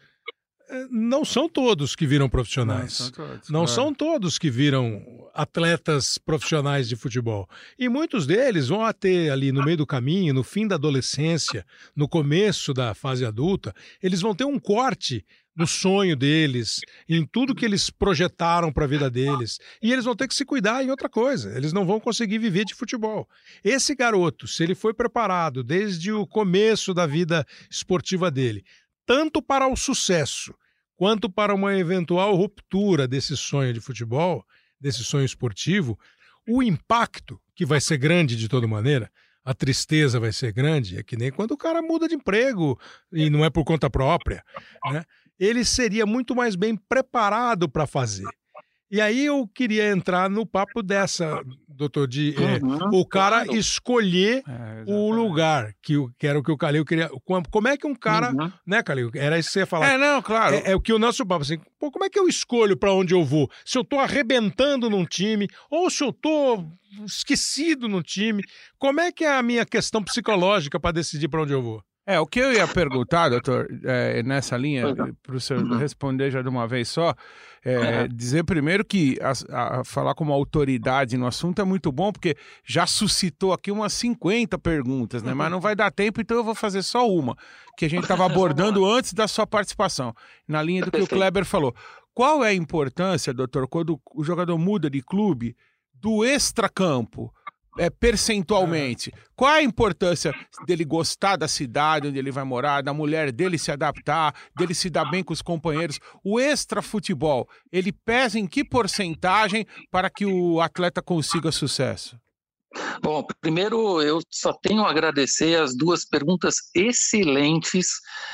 não são todos que viram profissionais. Não, são todos, não claro. são todos que viram atletas profissionais de futebol. E muitos deles vão ter ali no meio do caminho, no fim da adolescência, no começo da fase adulta, eles vão ter um corte no sonho deles, em tudo que eles projetaram para a vida deles. E eles vão ter que se cuidar em outra coisa. Eles não vão conseguir viver de futebol. Esse garoto, se ele foi preparado desde o começo da vida esportiva dele, tanto para o sucesso, quanto para uma eventual ruptura desse sonho de futebol, desse sonho esportivo, o impacto, que vai ser grande de toda maneira, a tristeza vai ser grande, é que nem quando o cara muda de emprego e não é por conta própria, né? Ele seria muito mais bem preparado para fazer. E aí eu queria entrar no papo dessa, doutor, de é, uhum, o cara claro. escolher é, o lugar, que, que era o que o Calil queria. Como é que um cara, uhum. né, Calil? Era isso que você ia falar. É, não, claro. É, é o que o nosso papo, assim, pô, como é que eu escolho para onde eu vou? Se eu tô arrebentando num time, ou se eu tô esquecido num time, como é que é a minha questão psicológica para decidir para onde eu vou? É, o que eu ia perguntar, doutor, é, nessa linha, para o senhor responder já de uma vez só, é, dizer primeiro que a, a falar como autoridade no assunto é muito bom, porque já suscitou aqui umas cinquenta perguntas, né? Mas não vai dar tempo, então eu vou fazer só uma, que a gente estava abordando antes da sua participação, na linha do que o Kleber falou. Qual é a importância, doutor, quando o jogador muda de clube, do extracampo? É, percentualmente, qual é a importância dele gostar da cidade onde ele vai morar, da mulher dele se adaptar, dele se dar bem com os companheiros? O extra-futebol, ele pesa em que porcentagem para que o atleta consiga sucesso? Bom, primeiro eu só tenho a agradecer as duas perguntas excelentes,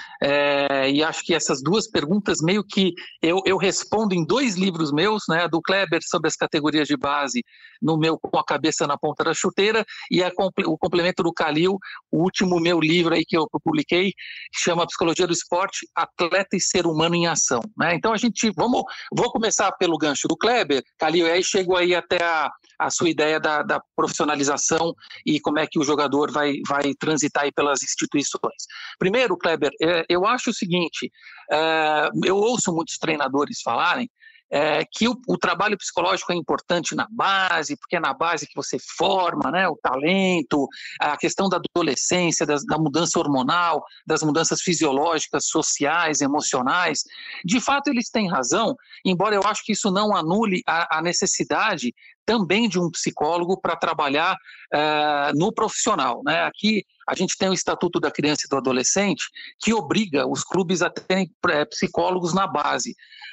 é, e acho que essas duas perguntas meio que eu, eu respondo em dois livros meus, né, do Kleber sobre as categorias de base, no meu Com a Cabeça na Ponta da Chuteira, e a, o complemento do Calil, o último meu livro aí que eu publiquei, que chama Psicologia do Esporte, Atleta e Ser Humano em Ação, né? Então a gente, vamos, vou começar pelo gancho do Kleber, Calil, e aí chego aí até a, a sua ideia da, da profissionalização e como é que o jogador vai, vai transitar aí pelas instituições. Primeiro, Kleber, é, eu acho o seguinte, é, eu ouço muitos treinadores falarem É, que o, o trabalho psicológico é importante na base, porque é na base que você forma, né, o talento, a questão da adolescência, das, da mudança hormonal, das mudanças fisiológicas, sociais, emocionais. De fato, eles têm razão, embora eu acho que isso não anule a, a necessidade também de um psicólogo para trabalhar uh, no profissional, né? Aqui a gente tem o Estatuto da Criança e do Adolescente, que obriga os clubes a terem psicólogos na base.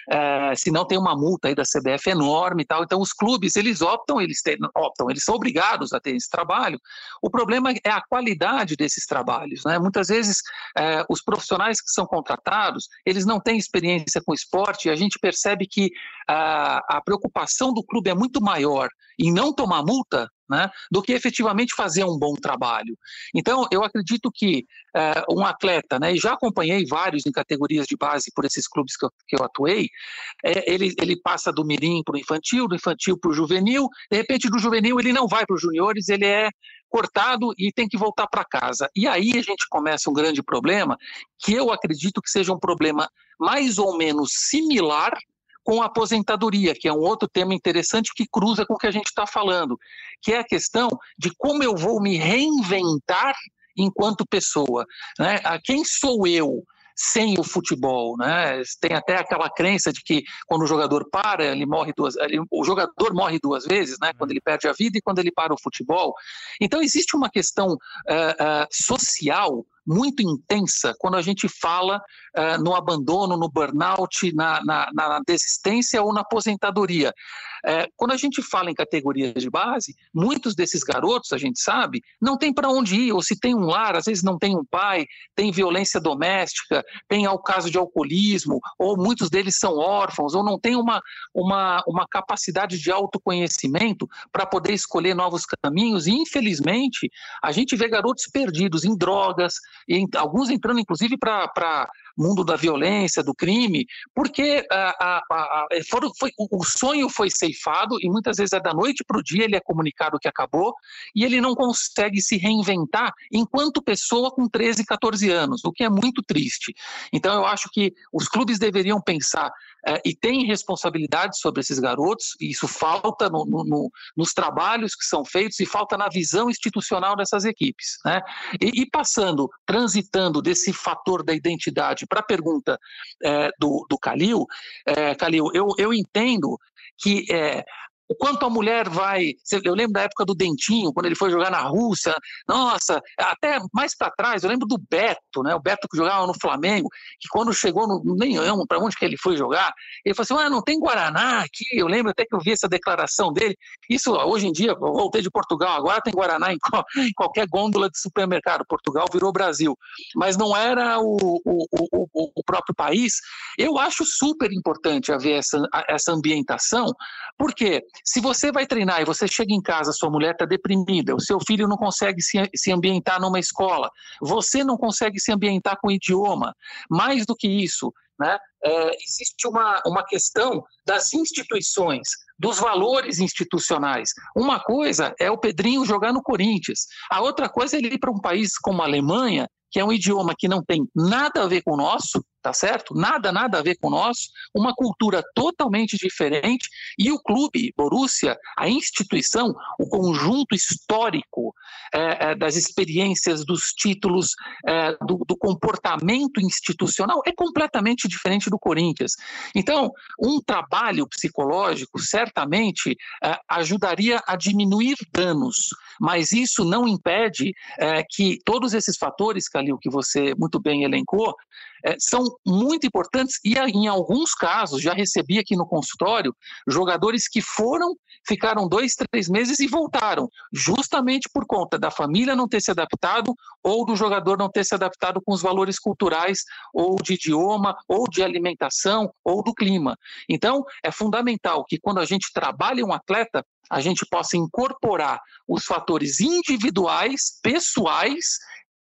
É, senão tem uma multa aí da C B F enorme e tal. Então os clubes, eles optam, eles têm, optam, eles são obrigados a ter esse trabalho. O problema é a qualidade desses trabalhos, né? Muitas vezes é, os profissionais que são contratados, eles não têm experiência com esporte, e a gente percebe que a, a preocupação do clube é muito maior em não tomar multa, né, do que efetivamente fazer um bom trabalho. Então, eu acredito que é, um atleta, né, e já acompanhei vários em categorias de base por esses clubes que eu, que eu atuei, é, ele, ele passa do mirim para o infantil, do infantil para o juvenil, de repente do juvenil ele não vai para os juniores, ele é cortado e tem que voltar para casa. E aí a gente começa um grande problema, que eu acredito que seja um problema mais ou menos similar com a aposentadoria, que é um outro tema interessante que cruza com o que a gente está falando, que é a questão de como eu vou me reinventar enquanto pessoa, né? Quem sou eu sem o futebol, né? Tem até aquela crença de que quando o jogador para, ele morre duas, ele, o jogador morre duas vezes, né? Quando ele perde a vida e quando ele para o futebol. Então existe uma questão uh, uh, social muito intensa quando a gente fala uh, no abandono, no burnout, na, na, na desistência ou na aposentadoria. Uh, quando a gente fala em categorias de base, muitos desses garotos, a gente sabe, não tem para onde ir, ou se tem um lar, às vezes não tem um pai, tem violência doméstica, tem o caso de alcoolismo, ou muitos deles são órfãos, ou não tem uma, uma, uma capacidade de autoconhecimento para poder escolher novos caminhos, e infelizmente a gente vê garotos perdidos em drogas, e alguns entrando inclusive para o mundo da violência, do crime, porque a, a, a, foram, foi, o sonho foi ceifado e muitas vezes é da noite para o dia, ele é comunicado que acabou e ele não consegue se reinventar enquanto pessoa com treze, catorze anos, o que é muito triste. Então eu acho que os clubes deveriam pensar é, e têm responsabilidade sobre esses garotos, e isso falta no, no, no, nos trabalhos que são feitos e falta na visão institucional dessas equipes, né? E, e passando, transitando desse fator da identidade para a pergunta é, do, do Calil, é, Calil, eu, eu entendo que é, o quanto a mulher vai... Eu lembro da época do Dentinho, quando ele foi jogar na Rússia. Nossa, até mais para trás, eu lembro do Beto, né? O Beto que jogava no Flamengo, que quando chegou no... Nem amo para onde que ele foi jogar. Ele falou assim, ah, não tem Guaraná aqui. Eu lembro até que eu vi essa declaração dele. Isso, hoje em dia, eu voltei de Portugal, agora tem Guaraná em, em qualquer gôndola de supermercado. Portugal virou Brasil. Mas não era o, o, o, o próprio país. Eu acho super importante haver essa, essa ambientação, porque se você vai treinar e você chega em casa, sua mulher está deprimida, o seu filho não consegue se, se ambientar numa escola, você não consegue se ambientar com o idioma, mais do que isso, né? É, existe uma, uma questão das instituições, dos valores institucionais. Uma coisa é o Pedrinho jogar no Corinthians, a outra coisa é ele ir para um país como a Alemanha, que é um idioma que não tem nada a ver com o nosso, tá certo? Nada, nada a ver com o nosso, uma cultura totalmente diferente, e o clube, Borussia, a instituição, o conjunto histórico é, é, das experiências, dos títulos, é, do, do comportamento institucional é completamente diferente do Corinthians. Então, um trabalho psicológico certamente é, ajudaria a diminuir danos, mas isso não impede é, que todos esses fatores, Calil, que você muito bem elencou, é, são muito importantes e em alguns casos, já recebi aqui no consultório, jogadores que foram, ficaram dois, três meses e voltaram, justamente por conta da família não ter se adaptado ou do jogador não ter se adaptado com os valores culturais ou de idioma, ou de alimentação, ou do clima. Então, é fundamental que quando a gente trabalha um atleta, a gente possa incorporar os fatores individuais, pessoais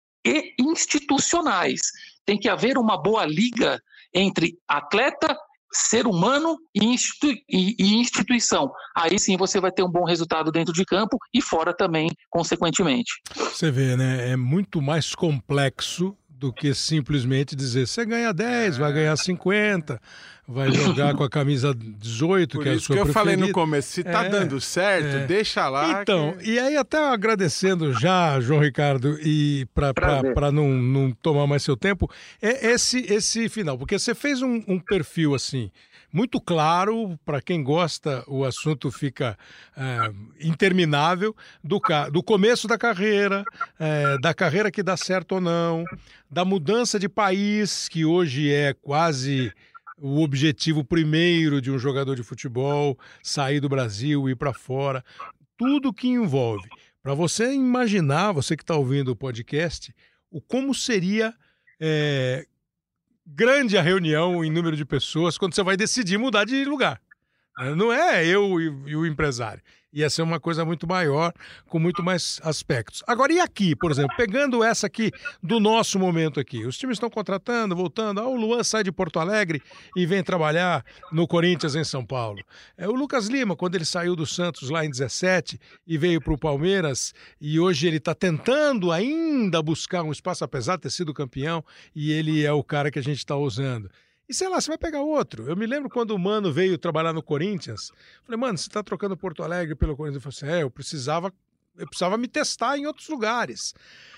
e institucionais. Tem que haver uma boa liga entre atleta, ser humano e, institu- e, e instituição. Aí sim você vai ter um bom resultado dentro de campo e fora também, consequentemente. Você vê, né? É muito mais complexo do que simplesmente dizer, você ganha dez, vai ganhar cinquenta, vai jogar com a camisa dezoito, Por que é a isso sua que eu preferida. falei no começo, se tá É, dando certo, é. deixa lá. Então, que... e aí até agradecendo já, João Ricardo, e para não, não tomar mais seu tempo, é esse, esse final, porque você fez um, um perfil assim, muito claro, para quem gosta, o assunto fica é, interminável, do, do começo da carreira, é, da carreira que dá certo ou não, da mudança de país, que hoje é quase o objetivo primeiro de um jogador de futebol, sair do Brasil e ir para fora, tudo que envolve. Para você imaginar, você que está ouvindo o podcast, o como seria... É, grande a reunião em número de pessoas quando você vai decidir mudar de lugar. Não é eu e, e o empresário. Ia ser uma coisa muito maior, com muito mais aspectos. Agora, e aqui, por exemplo, pegando essa aqui do nosso momento aqui, os times estão contratando, voltando, ah, o Luan sai de Porto Alegre e vem trabalhar no Corinthians em São Paulo. É, o Lucas Lima, quando ele saiu do Santos lá em dezessete e veio para o Palmeiras, e hoje ele está tentando ainda buscar um espaço, apesar de ter sido campeão, e ele é o cara que a gente está usando. E sei lá, você vai pegar outro. Eu me lembro quando o Mano veio trabalhar no Corinthians. Falei, mano, você tá trocando Porto Alegre pelo Corinthians? Eu falei assim, é, eu precisava, eu precisava me testar em outros lugares.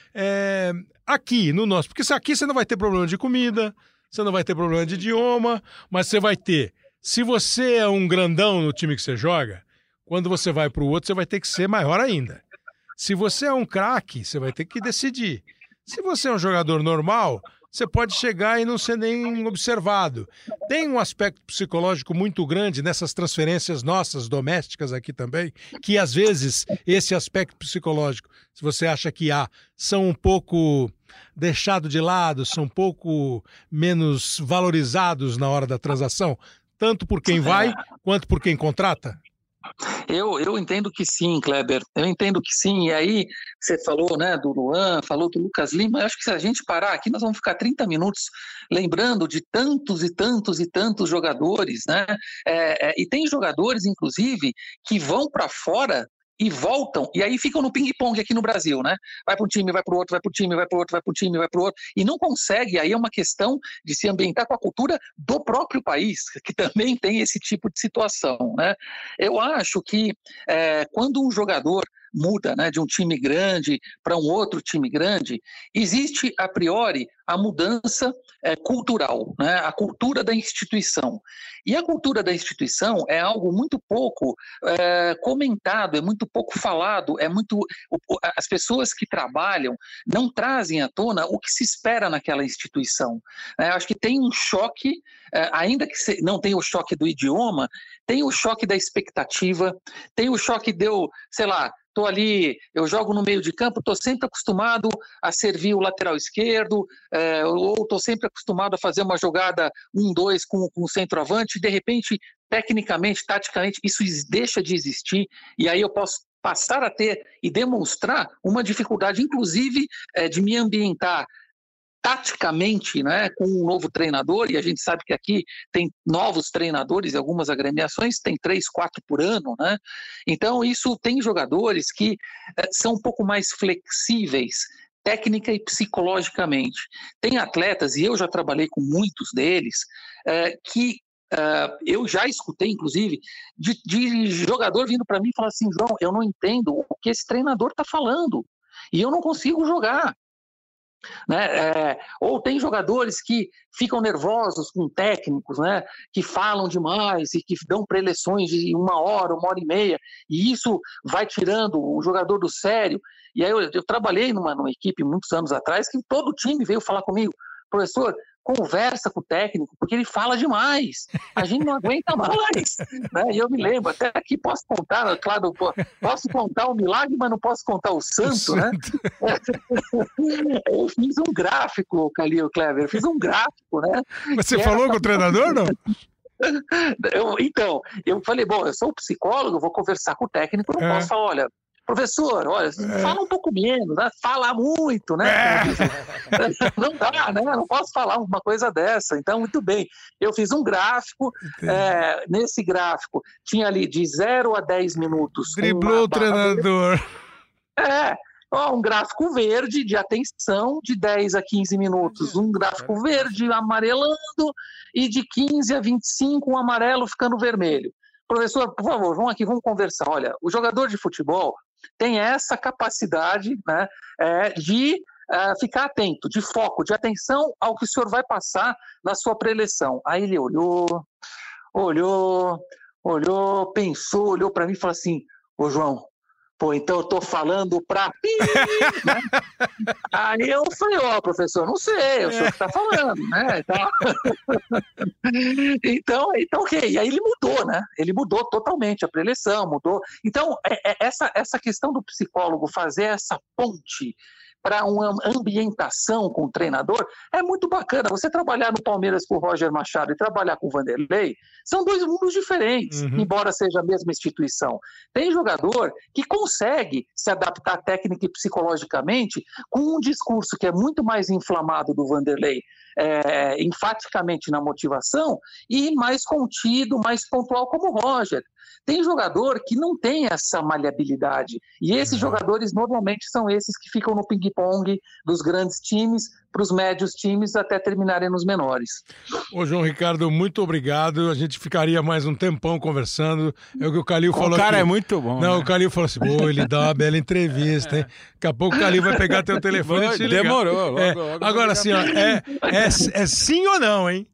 É, aqui, no nosso... Porque aqui você não vai ter problema de comida, você não vai ter problema de idioma, mas você vai ter... Se você é um grandão no time que você joga, quando você vai pro outro, você vai ter que ser maior ainda. Se você é um craque, você vai ter que decidir. Se você é um jogador normal... Você pode chegar e não ser nem observado. Tem um aspecto psicológico muito grande nessas transferências nossas, domésticas aqui também, que às vezes esse aspecto psicológico, se você acha que há, são um pouco deixados de lado, são um pouco menos valorizados na hora da transação, tanto por quem vai quanto por quem contrata? Eu, eu entendo que sim, Kleber, eu entendo que sim, e aí você falou, né, do Luan, falou do Lucas Lima, eu acho que se a gente parar aqui, nós vamos ficar trinta minutos lembrando de tantos e tantos e tantos jogadores, né, é, é, e tem jogadores, inclusive, que vão para fora e voltam, e aí ficam no ping-pong aqui no Brasil, né? Vai para um time, vai para o outro, vai para o time, vai para o outro, vai para o time, vai para o outro, e não consegue, aí é uma questão de se ambientar com a cultura do próprio país, que também tem esse tipo de situação, né? Eu acho que é, quando um jogador muda, né, de um time grande para um outro time grande, existe a priori a mudança é, cultural, né, a cultura da instituição. E a cultura da instituição é algo muito pouco é, comentado, é muito pouco falado, é muito, as pessoas que trabalham não trazem à tona o que se espera naquela instituição. É, acho que tem um choque, é, ainda que não tenha o choque do idioma, tem o choque da expectativa, tem o choque de eu, sei lá, estou ali, eu jogo no meio de campo, estou sempre acostumado a servir o lateral esquerdo, é, ou estou sempre acostumado a fazer uma jogada um dois com, com o centroavante, e de repente, tecnicamente, taticamente, isso deixa de existir, e aí eu posso passar a ter e demonstrar uma dificuldade, inclusive, é, de me ambientar taticamente, né, com um novo treinador, e a gente sabe que aqui tem novos treinadores e algumas agremiações, tem três, quatro por ano, né? Então isso tem jogadores que é, são um pouco mais flexíveis, técnica e psicologicamente. Tem atletas, e eu já trabalhei com muitos deles, é, que é, eu já escutei, inclusive, de, de jogador vindo para mim e falar assim, João, eu não entendo o que esse treinador está falando, e eu não consigo jogar. Né? É, ou tem jogadores que ficam nervosos com técnicos, né? Que falam demais e que dão preleções de uma hora, uma hora e meia, e isso vai tirando o jogador do sério. E aí eu, eu trabalhei numa, numa equipe muitos anos atrás que todo o time veio falar comigo, professor, conversa com o técnico, porque ele fala demais, a gente não aguenta mais, né? E eu me lembro, até aqui posso contar, claro, posso contar o milagre, mas não posso contar o santo, o né? Santo. Eu fiz um gráfico, Calil Kleber, eu fiz um gráfico, né? Mas você falou com o treinador, não? Eu, então, eu falei, bom, eu sou psicólogo, vou conversar com o técnico, não é. posso falar, olha, professor, olha, é. fala um pouco menos, né? Fala muito, né? É. Não dá, né? Não posso falar uma coisa dessa. Então, muito bem. Eu fiz um gráfico, é, nesse gráfico tinha ali de zero a dez minutos. Driblou o treinador. É, ó, um gráfico verde de atenção de dez a quinze minutos. Um gráfico verde amarelando e de quinze a vinte e cinco um amarelo ficando vermelho. Professor, por favor, vamos aqui, vamos conversar. Olha, o jogador de futebol tem essa capacidade, né, é, de é, ficar atento, de foco, de atenção ao que o senhor vai passar na sua preleção. Aí ele olhou, olhou, olhou, pensou, olhou para mim e falou assim, ô João, pô, então eu tô falando pra pi, né? Aí eu falei, ó, oh, professor, não sei, eu sou o que tá falando, né? Então, então, então ok, e aí ele mudou, né? Ele mudou totalmente a preleção, mudou. Então, é, é essa, essa questão do psicólogo fazer essa ponte para uma ambientação com o treinador, é muito bacana. Você trabalhar no Palmeiras com o Roger Machado e trabalhar com o Vanderlei, são dois mundos diferentes, uhum. embora seja a mesma instituição. Tem jogador que consegue se adaptar técnica e psicologicamente com um discurso que é muito mais inflamado do Vanderlei, é, enfaticamente na motivação, e mais contido, mais pontual como o Roger. Tem jogador que não tem essa maleabilidade, e esses uhum. jogadores normalmente são esses que ficam no ping-pong dos grandes times para os médios times até terminarem nos menores. Ô João Ricardo, muito obrigado, a gente ficaria mais um tempão conversando, é o que o Calil falou. O cara que... é muito bom. Não, né? O Calil falou assim, pô, ele dá uma bela entrevista, hein? Daqui a pouco o Calil vai pegar teu telefone e te ligar. Demorou. Logo, é. logo Agora assim, ó, é, é, é sim ou não, hein?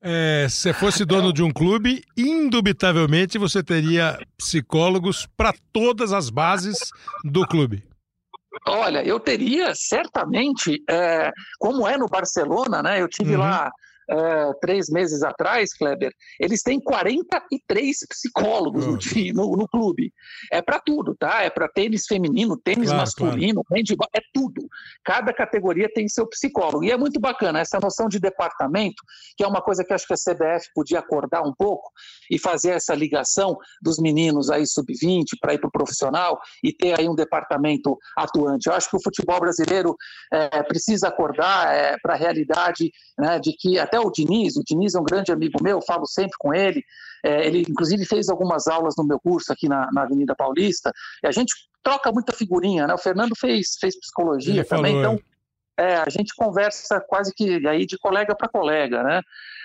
É, se fosse dono de um clube, indubitavelmente você teria psicólogos para todas as bases do clube. Olha, eu teria certamente, é, como é no Barcelona, né? Eu tive uhum. lá é, três meses atrás, Kleber, eles têm quarenta e três psicólogos uhum. no, no, no clube. É para tudo, tá? É para tênis feminino, tênis claro, masculino, claro. handball, é tudo. Cada categoria tem seu psicólogo. E é muito bacana essa noção de departamento, que é uma coisa que acho que a C B F podia acordar um pouco e fazer essa ligação dos meninos aí sub vinte para ir para o profissional e ter aí um departamento atuante. Eu acho que o futebol brasileiro é, precisa acordar é, para a realidade, né, de que até o Diniz, o Diniz é um grande amigo meu, falo sempre com ele, é, ele inclusive fez algumas aulas no meu curso aqui na, na Avenida Paulista, e a gente troca muita figurinha, né? O Fernando fez, fez psicologia ele também, falou, então é, a gente conversa quase que aí de colega para colega, né?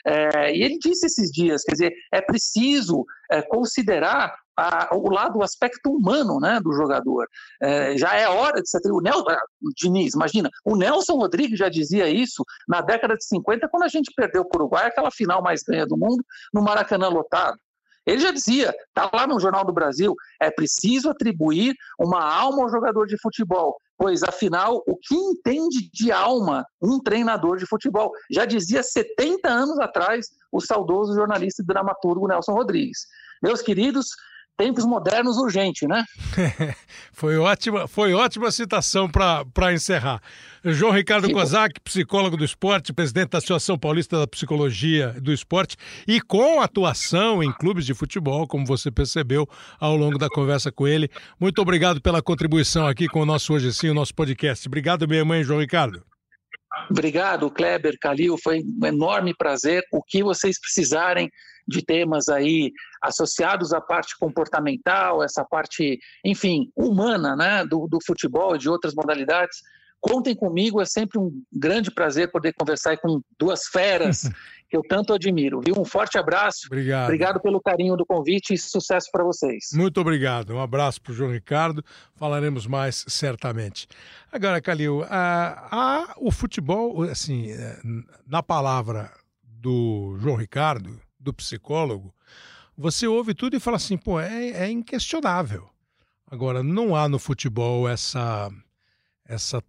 É, e ele disse esses dias, quer dizer, é preciso é, considerar a, o lado, o aspecto humano, né, do jogador. É, já é hora de você ter o Nelson, o Diniz, imagina, o Nelson Rodrigues já dizia isso na década de cinquenta, quando a gente perdeu para o Uruguai, aquela final mais ganha do mundo, no Maracanã lotado. Ele já dizia, está lá no Jornal do Brasil, é preciso atribuir uma alma ao jogador de futebol, pois, afinal, o que entende de alma um treinador de futebol? Já dizia setenta anos atrás o saudoso jornalista e dramaturgo Nelson Rodrigues. Meus queridos, tempos modernos urgente, né? foi ótima, foi ótima citação para encerrar. João Ricardo que... Kozak, psicólogo do esporte, presidente da Associação Paulista da Psicologia do Esporte e com atuação em clubes de futebol, como você percebeu ao longo da conversa com ele. Muito obrigado pela contribuição aqui com o nosso Hoje Sim, o nosso podcast. Obrigado, minha mãe, João Ricardo. Obrigado, Kleber, Calil, foi um enorme prazer. O que vocês precisarem de temas aí associados à parte comportamental, essa parte, enfim, humana, né, do, do futebol e de outras modalidades, contem comigo, é sempre um grande prazer poder conversar com duas feras que eu tanto admiro, viu? Um forte abraço. Obrigado. Obrigado pelo carinho do convite e sucesso para vocês. Muito obrigado. Um abraço para o João Ricardo. Falaremos mais certamente. Agora, Calil, a, a, o futebol, assim, na palavra do João Ricardo, do psicólogo, você ouve tudo e fala assim, pô, é, é inquestionável. Agora, não há no futebol essa... essa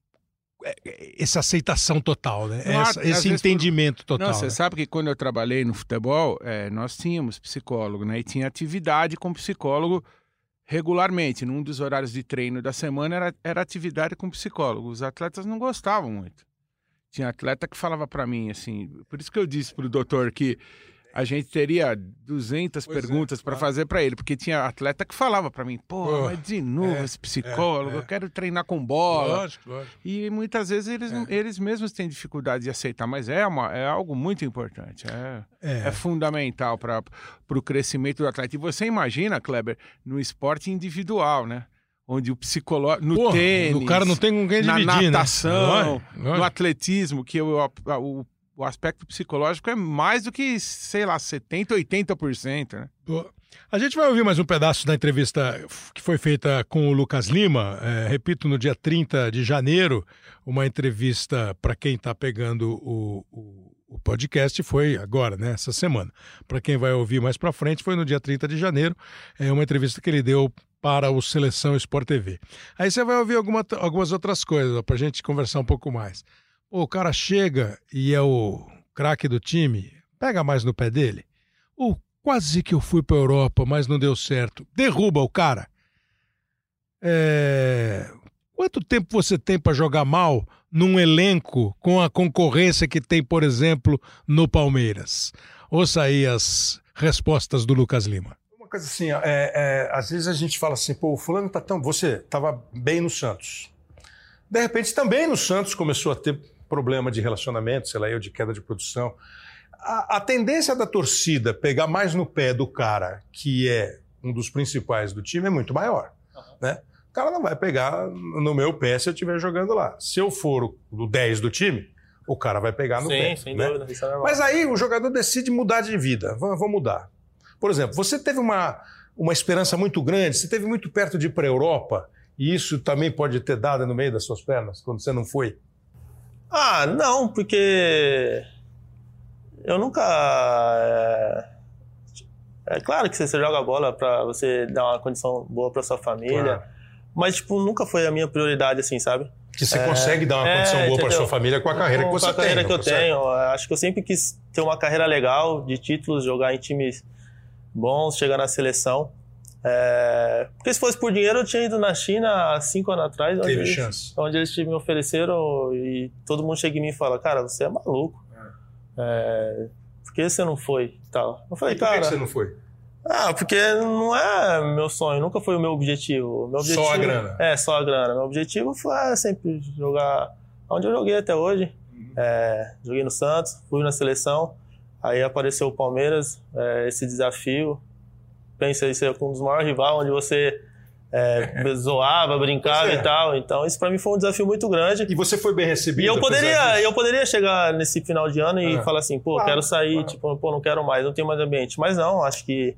essa aceitação total, né? Não, essa, esse entendimento por... total. Não, você né? sabe que quando eu trabalhei no futebol, é, nós tínhamos psicólogo, né? E tinha atividade com psicólogo regularmente. Num dos horários de treino da semana era, era atividade com psicólogo. Os atletas não gostavam muito. Tinha atleta que falava para mim, assim... Por isso que eu disse pro doutor que a gente teria duzentas pois perguntas é, para claro. fazer para ele, porque tinha atleta que falava para mim, pô, oh, mas de novo é, esse psicólogo, é, é. eu quero treinar com bola. Lógico, lógico. E muitas vezes eles, é. eles mesmos têm dificuldade de aceitar, mas é, uma, é algo muito importante, é, é. é fundamental para o crescimento do atleta. E você imagina, Kleber, no esporte individual, né? Onde o psicológico, no Porra, tênis, o cara não tem com quem dividir, na natação, né? Lógico, lógico. no atletismo, que o, o O aspecto psicológico é mais do que, sei lá, setenta por cento, oitenta por cento, né? A gente vai ouvir mais um pedaço da entrevista que foi feita com o Lucas Lima, é, repito, no dia trinta de janeiro, uma entrevista para quem está pegando o, o, o podcast foi agora, né, essa semana. Para quem vai ouvir mais para frente, foi no dia trinta de janeiro, é uma entrevista que ele deu para o Seleção Sport T V. Aí você vai ouvir alguma, algumas outras coisas, para a gente conversar um pouco mais. Pô, o cara chega e é o craque do time, pega mais no pé dele. O quase que eu fui para a Europa, mas não deu certo. Derruba o cara. É... Quanto tempo você tem para jogar mal num elenco com a concorrência que tem, por exemplo, no Palmeiras? Ouça aí as respostas do Lucas Lima. Uma coisa assim, é, é, às vezes a gente fala assim, pô, o fulano tá tão... Você estava bem no Santos. De repente, também no Santos começou a ter problema de relacionamento, sei lá, eu de queda de produção. A, a tendência da torcida pegar mais no pé do cara, que é um dos principais do time, é muito maior, uhum. né? O cara não vai pegar no meu pé se eu estiver jogando lá. Se eu for o dez do time, o cara vai pegar no Sim, pé. sem né? dúvida, isso é normal. Mas aí o jogador decide mudar de vida. Vou mudar. Por exemplo, você teve uma, uma esperança muito grande, você teve muito perto de ir para a Europa, e isso também pode ter dado no meio das suas pernas, quando você não foi? Ah, não, porque eu nunca... É, é claro que você joga bola para você dar uma condição boa para sua família, claro. Mas, tipo, nunca foi a minha prioridade, assim, sabe? Que você é, consegue dar uma condição é, boa para sua família com a carreira com, que você tem. Com a carreira tem, que eu consegue? tenho. Acho que eu sempre quis ter uma carreira legal, de títulos, jogar em times bons, chegar na seleção. É... Porque se fosse por dinheiro, eu tinha ido na China há cinco anos atrás. Teve onde chance. Eles, onde eles me ofereceram e todo mundo chega em mim e fala, cara, você é maluco. É. É... Por que você não foi? Tal. Eu falei, e por cara... que você não foi? Ah, porque não é meu sonho, nunca foi o meu objetivo. Meu objetivo só a grana? É, só a grana. Meu objetivo foi ah, sempre jogar onde eu joguei até hoje. Uhum. É, joguei no Santos, fui na seleção, aí apareceu o Palmeiras, é, esse desafio. Pensei ser um dos maiores rivais, onde você é, zoava, brincava é. e tal. Então isso pra mim foi um desafio muito grande. E você foi bem recebido? E eu poderia, eu poderia chegar nesse final de ano e ah. falar assim, pô, claro, quero sair, claro. tipo, pô, não quero mais, não tenho mais ambiente. Mas não, acho que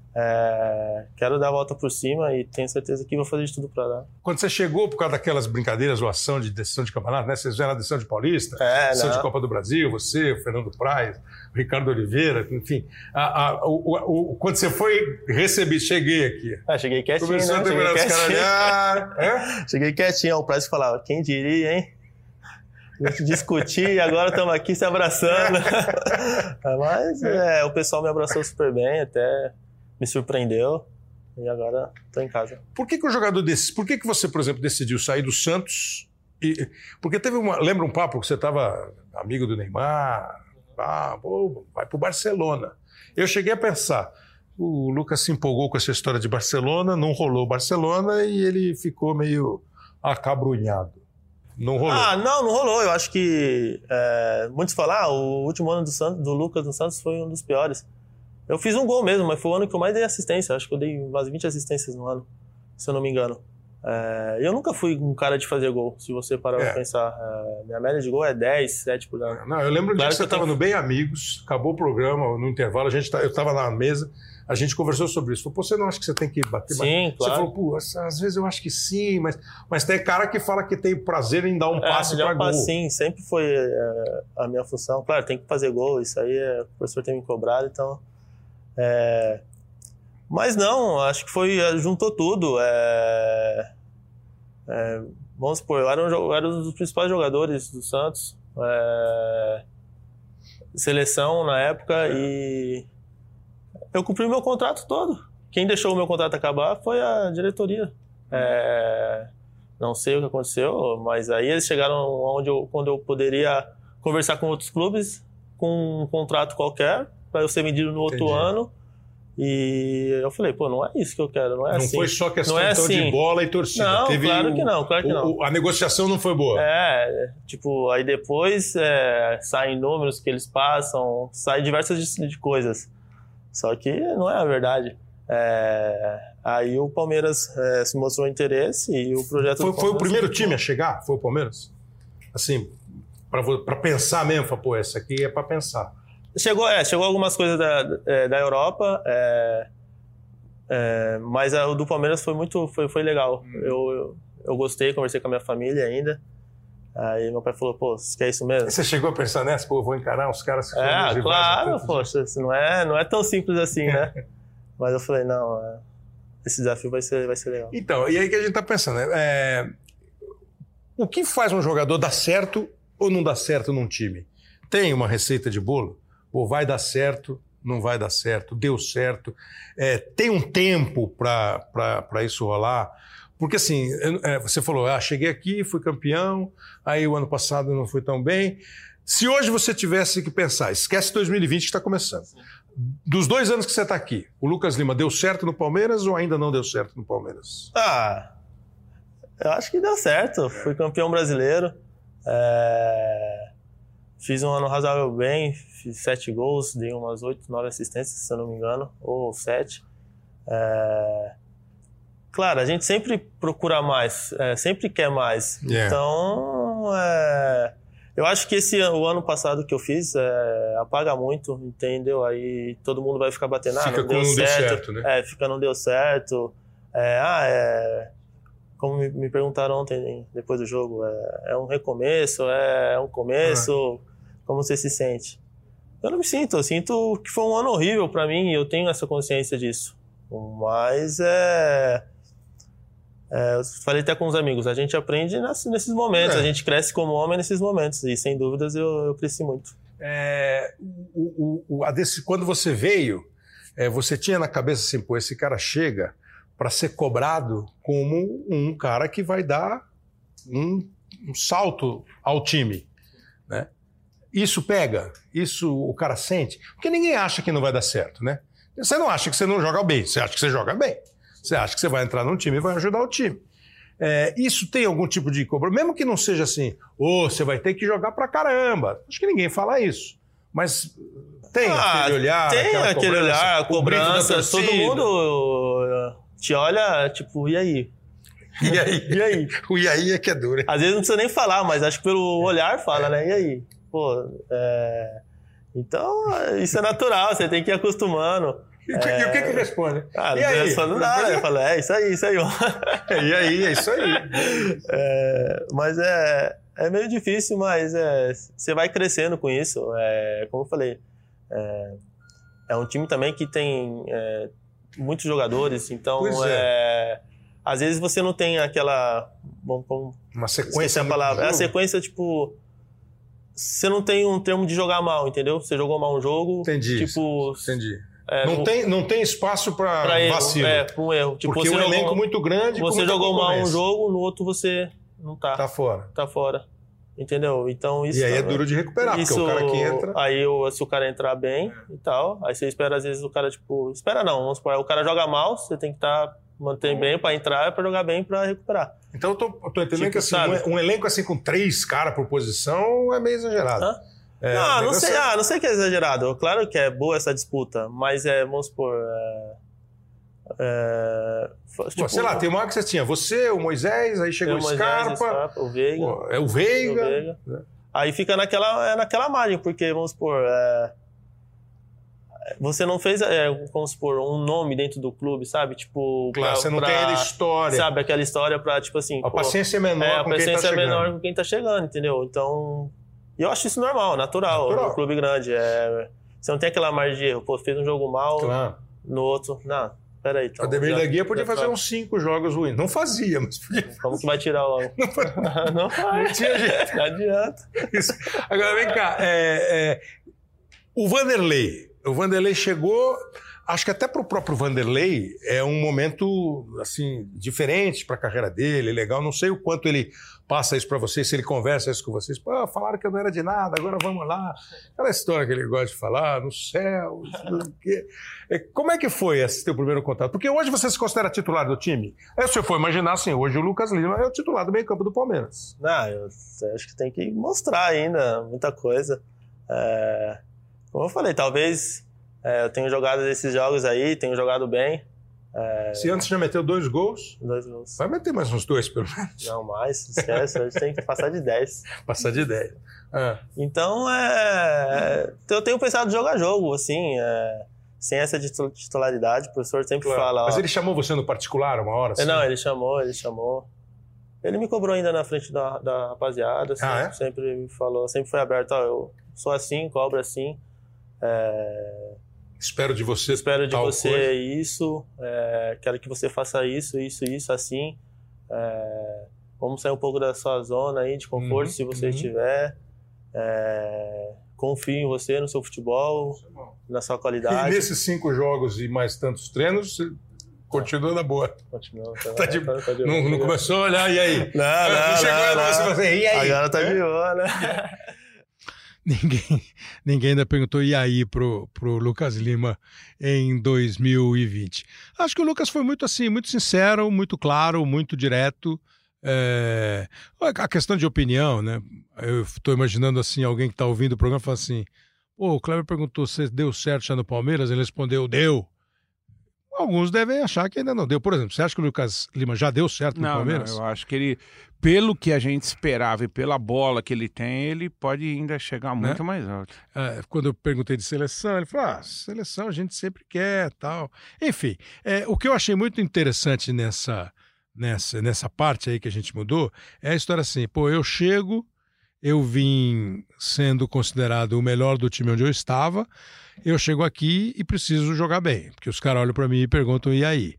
É, quero dar a volta por cima e tenho certeza que vou fazer de tudo para dar. Quando você chegou por causa daquelas brincadeiras, zoação de decisão de campeonato, né? Vocês fizeram a decisão de Paulista, é, decisão não. de Copa do Brasil, você, o Fernando Praz, o Ricardo Oliveira, enfim. A, a, o, o, quando você foi receber, cheguei aqui. Ah, cheguei quietinho, Começou né? a ter cheguei, quietinho. Caras, é? cheguei quietinho, o Praz falava, quem diria, hein? A gente discutia e agora estamos aqui se abraçando. Mas é, o pessoal me abraçou super bem, até... me surpreendeu e agora estou em casa. Por que que o jogador desse, por que que você, por exemplo, decidiu sair do Santos? E, porque teve uma, lembra um papo que você estava amigo do Neymar, ah, pô, vai pro Barcelona. Eu cheguei a pensar, o Lucas se empolgou com essa história de Barcelona, não rolou Barcelona e ele ficou meio acabrunhado. Não rolou. Ah, não, não rolou. Eu acho que é, muitos falam, ah, o último ano do, Santos, do Lucas no Santos foi um dos piores. Eu fiz um gol mesmo, mas foi o ano que eu mais dei assistência. Acho que eu dei umas vinte assistências no ano, se eu não me engano. É, eu nunca fui um cara de fazer gol, se você parar é. pra pensar. É, minha média de gol é dez, sete por ano. Não, eu lembro claro que você estava tenho... no Bem Amigos, acabou o programa, no intervalo, a gente tá, eu estava na mesa, a gente conversou sobre isso. Falou, pô, você não acha que você tem que bater? Sim, mais? claro. Você falou, pô, às vezes eu acho que sim, mas, mas tem cara que fala que tem prazer em dar um é, passe para um gol. Sim, sempre foi é, a minha função. Claro, tem que fazer gol, isso aí é, o professor tem me cobrado, então... É... Mas não, acho que foi, juntou tudo. É... É... Vamos supor, eu era, um, eu era um dos principais jogadores do Santos, é... seleção na época, e eu cumpri o meu contrato todo. Quem deixou o meu contrato acabar foi a diretoria. É... Não sei o que aconteceu, mas aí eles chegaram onde eu, quando eu poderia conversar com outros clubes com um contrato qualquer, para eu ser medido no outro Entendi. ano. E eu falei, pô, não é isso que eu quero, não é não assim. Não foi só questão é então, assim. de bola e torcida. Não, Teve claro o, que não, claro que o, não. A negociação não foi boa. É, tipo, aí depois é, saem números que eles passam, saem diversas de, de coisas. Só que não é a verdade. É, aí o Palmeiras é, se mostrou interesse e o projeto... Foi, do foi o primeiro time a chegar? Foi o Palmeiras? Assim, para pensar mesmo, pô, essa aqui é para pensar. Chegou, é, chegou algumas coisas da, da Europa, é, é, mas a, o do Palmeiras foi muito foi, foi legal. Hum. Eu, eu, eu gostei, conversei com a minha família ainda. Aí meu pai falou, pô, você quer isso mesmo? Você chegou a pensar nessa? Pô, eu vou encarar uns caras que foram É, rivais claro, há poxa, não é, não é tão simples assim, né? Mas eu falei, não, é, esse desafio vai ser, vai ser legal. Então, e aí que a gente tá pensando, né? É, o que faz um jogador dar certo ou não dar certo num time? Tem uma receita de bolo? Ou vai dar certo, não vai dar certo, deu certo? É, tem um tempo para isso rolar? Porque assim, é, você falou, ah, cheguei aqui, fui campeão, aí o ano passado não fui tão bem. Se hoje você tivesse que pensar, esquece dois mil e vinte que está começando. Dos dois anos que você está aqui, o Lucas Lima deu certo no Palmeiras ou ainda não deu certo no Palmeiras? Ah, eu acho que deu certo. Fui campeão brasileiro. É... Fiz um ano razoável bem, fiz sete gols, dei umas oito, nove assistências, se eu não me engano, ou sete. É... Claro, a gente sempre procura mais, é, sempre quer mais. Yeah. Então, é... eu acho que esse o ano passado que eu fiz é... apaga muito, entendeu? Aí todo mundo vai ficar batendo, ah, fica não deu não certo. Deu certo, né? É, fica não deu certo. É, ah, é... Como me, me perguntaram ontem, depois do jogo, é, é um recomeço, é um começo, ah. Como você se sente? Eu não me sinto, eu sinto que foi um ano horrível para mim e eu tenho essa consciência disso. Mas é... É, eu falei até com os amigos, a gente aprende nas, nesses momentos, é. A gente cresce como homem nesses momentos, e sem dúvidas eu, eu cresci muito. É, o, o, o, a desse, quando você veio, é, você tinha na cabeça assim, pô, esse cara chega para ser cobrado como um cara que vai dar um, um salto ao time, né? Isso pega, isso o cara sente, porque ninguém acha que não vai dar certo, né? Você não acha que você não joga bem, você acha que você joga bem. Você acha que você vai entrar num time e vai ajudar o time. É, isso tem algum tipo de cobrança, mesmo que não seja assim, ou oh, você vai ter que jogar pra caramba. Acho que ninguém fala isso. Mas tem ah, aquele olhar, tem aquele olhar, a cobrança, todo mundo te olha, tipo, e aí? E aí? E aí? O e aí é que é duro. Às vezes não precisa nem falar, mas acho que pelo olhar fala, né? E aí? Pô, é... Então, isso é natural, você tem que ir acostumando. E, é... e o que que responde? Ah, não responde nada. Eu falo, é isso aí, isso aí. E aí, é isso aí. É, mas é, é meio difícil, mas é, você vai crescendo com isso. É, como eu falei, é, é um time também que tem é, muitos jogadores, então é. É, às vezes você não tem aquela... Bom, como, uma sequência. A palavra. É a sequência, tipo... Você não tem um termo de jogar mal, entendeu? Você jogou mal um jogo, Entendi. tipo... Entendi. É, não, um, tem, não tem espaço para vacilo. É, para um erro. Tipo, porque você um jogou, elenco muito grande... Você jogou mal um jogo, no outro você não tá. Tá fora. Tá fora. Entendeu? Então isso... E aí tá, é duro de recuperar, isso, porque o cara que entra... Aí se o cara entrar bem é. e tal, aí você espera às vezes o cara, tipo... Espera não, vamos supor, o cara joga mal, você tem que estar... Tá, manter bem para entrar e para jogar bem para recuperar. Então eu tô, eu tô entendendo tipo, que assim, um, um elenco assim com três caras por posição é meio exagerado. Hã? É, não, não sei, é... ah, não sei que é exagerado. Claro que é boa essa disputa, mas é, vamos supor... É, é, tipo, pô, sei lá, tem uma hora que você tinha você, o Moisés, aí chegou o Scarpa, Scarpa, o Veiga. Pô, é o Veiga. O Veiga. É. Aí fica naquela, é, naquela margem, porque, vamos supor... É, você não fez, é, vamos supor, um nome dentro do clube, sabe? Tipo, claro, pra, você não pra, tem aquela história. Sabe, aquela história pra, tipo assim... A pô, paciência é menor é, com a quem tá chegando. A paciência é menor com quem tá chegando, entendeu? Então, eu acho isso normal, natural, natural. no clube grande. É, você não tem aquela margem de erro. Pô, fez um jogo mal, claro. No outro... Não, peraí. Então, o Ademir da Guia podia fazer uns cinco jogos ruins. Não fazia, mas podia fazer. Como que vai tirar logo? Não, não vai. Não tinha jeito. Não adianta. Isso. Agora, vem cá. É, é, o Vanderlei. O Vanderlei chegou... Acho que até para o próprio Vanderlei é um momento assim diferente para a carreira dele, legal. Não sei o quanto ele passa isso para vocês, se ele conversa isso com vocês. Pô, falaram que eu não era de nada, agora vamos lá. Aquela história que ele gosta de falar, no céu, não sei o quê. Como é que foi esse teu primeiro contato? Porque hoje você se considera titular do time. Aí se eu for imaginar assim, hoje o Lucas Lima é o titular do meio campo do Palmeiras. Não, eu acho que tem que mostrar ainda muita coisa. É, como eu falei, talvez... É, eu tenho jogado esses jogos aí, tenho jogado bem. É... Se antes já meteu dois gols, dois gols, vai meter mais uns dois, pelo menos. Não, mais, esquece, a gente tem que passar de dez. Passar de dez. Ah. Então, é... eu tenho pensado jogo a jogo, assim, é... sem essa titularidade, o professor sempre claro. fala... Mas ó... ele chamou você no particular uma hora? Assim? Não, ele chamou, ele chamou. Ele me cobrou ainda na frente da, da rapaziada, assim, ah, é? sempre me falou, sempre foi aberto, ó, eu sou assim, cobro assim. É... Espero de você Espero de tal você coisa. isso, é... quero que você faça isso, isso, isso, assim. É... Vamos sair um pouco da sua zona aí de conforto, uhum, se você uhum. estiver. É... Confio em você, no seu futebol, na sua qualidade. E nesses cinco jogos e mais tantos treinos, você continua na boa. Continua, tá, Tá de... tá, tá de não, boa. não começou a olhar, e aí? Não, não, não. Chegou não, não, não. Você, e aí? Agora tá de boa, né? Ninguém, ninguém ainda perguntou e aí pro, pro Lucas Lima em dois mil e vinte. Acho que o Lucas foi muito assim, muito sincero, muito claro, muito direto. É... A questão de opinião, né? Eu estou imaginando assim, alguém que está ouvindo o programa fala assim, pô, o Kleber perguntou se deu certo já no Palmeiras, ele respondeu, deu. Alguns devem achar que ainda não deu. Por exemplo, você acha que o Lucas Lima já deu certo no não, Palmeiras? Não, eu acho que ele, pelo que a gente esperava e pela bola que ele tem, ele pode ainda chegar muito, né, mais alto. É, quando eu perguntei de seleção, ele falou, ah, seleção a gente sempre quer, tal. Enfim, é, o que eu achei muito interessante nessa, nessa, nessa parte aí que a gente mudou, é a história assim, pô, eu chego, eu vim sendo considerado o melhor do time onde eu estava, eu chego aqui e preciso jogar bem, porque os caras olham para mim e perguntam, e aí?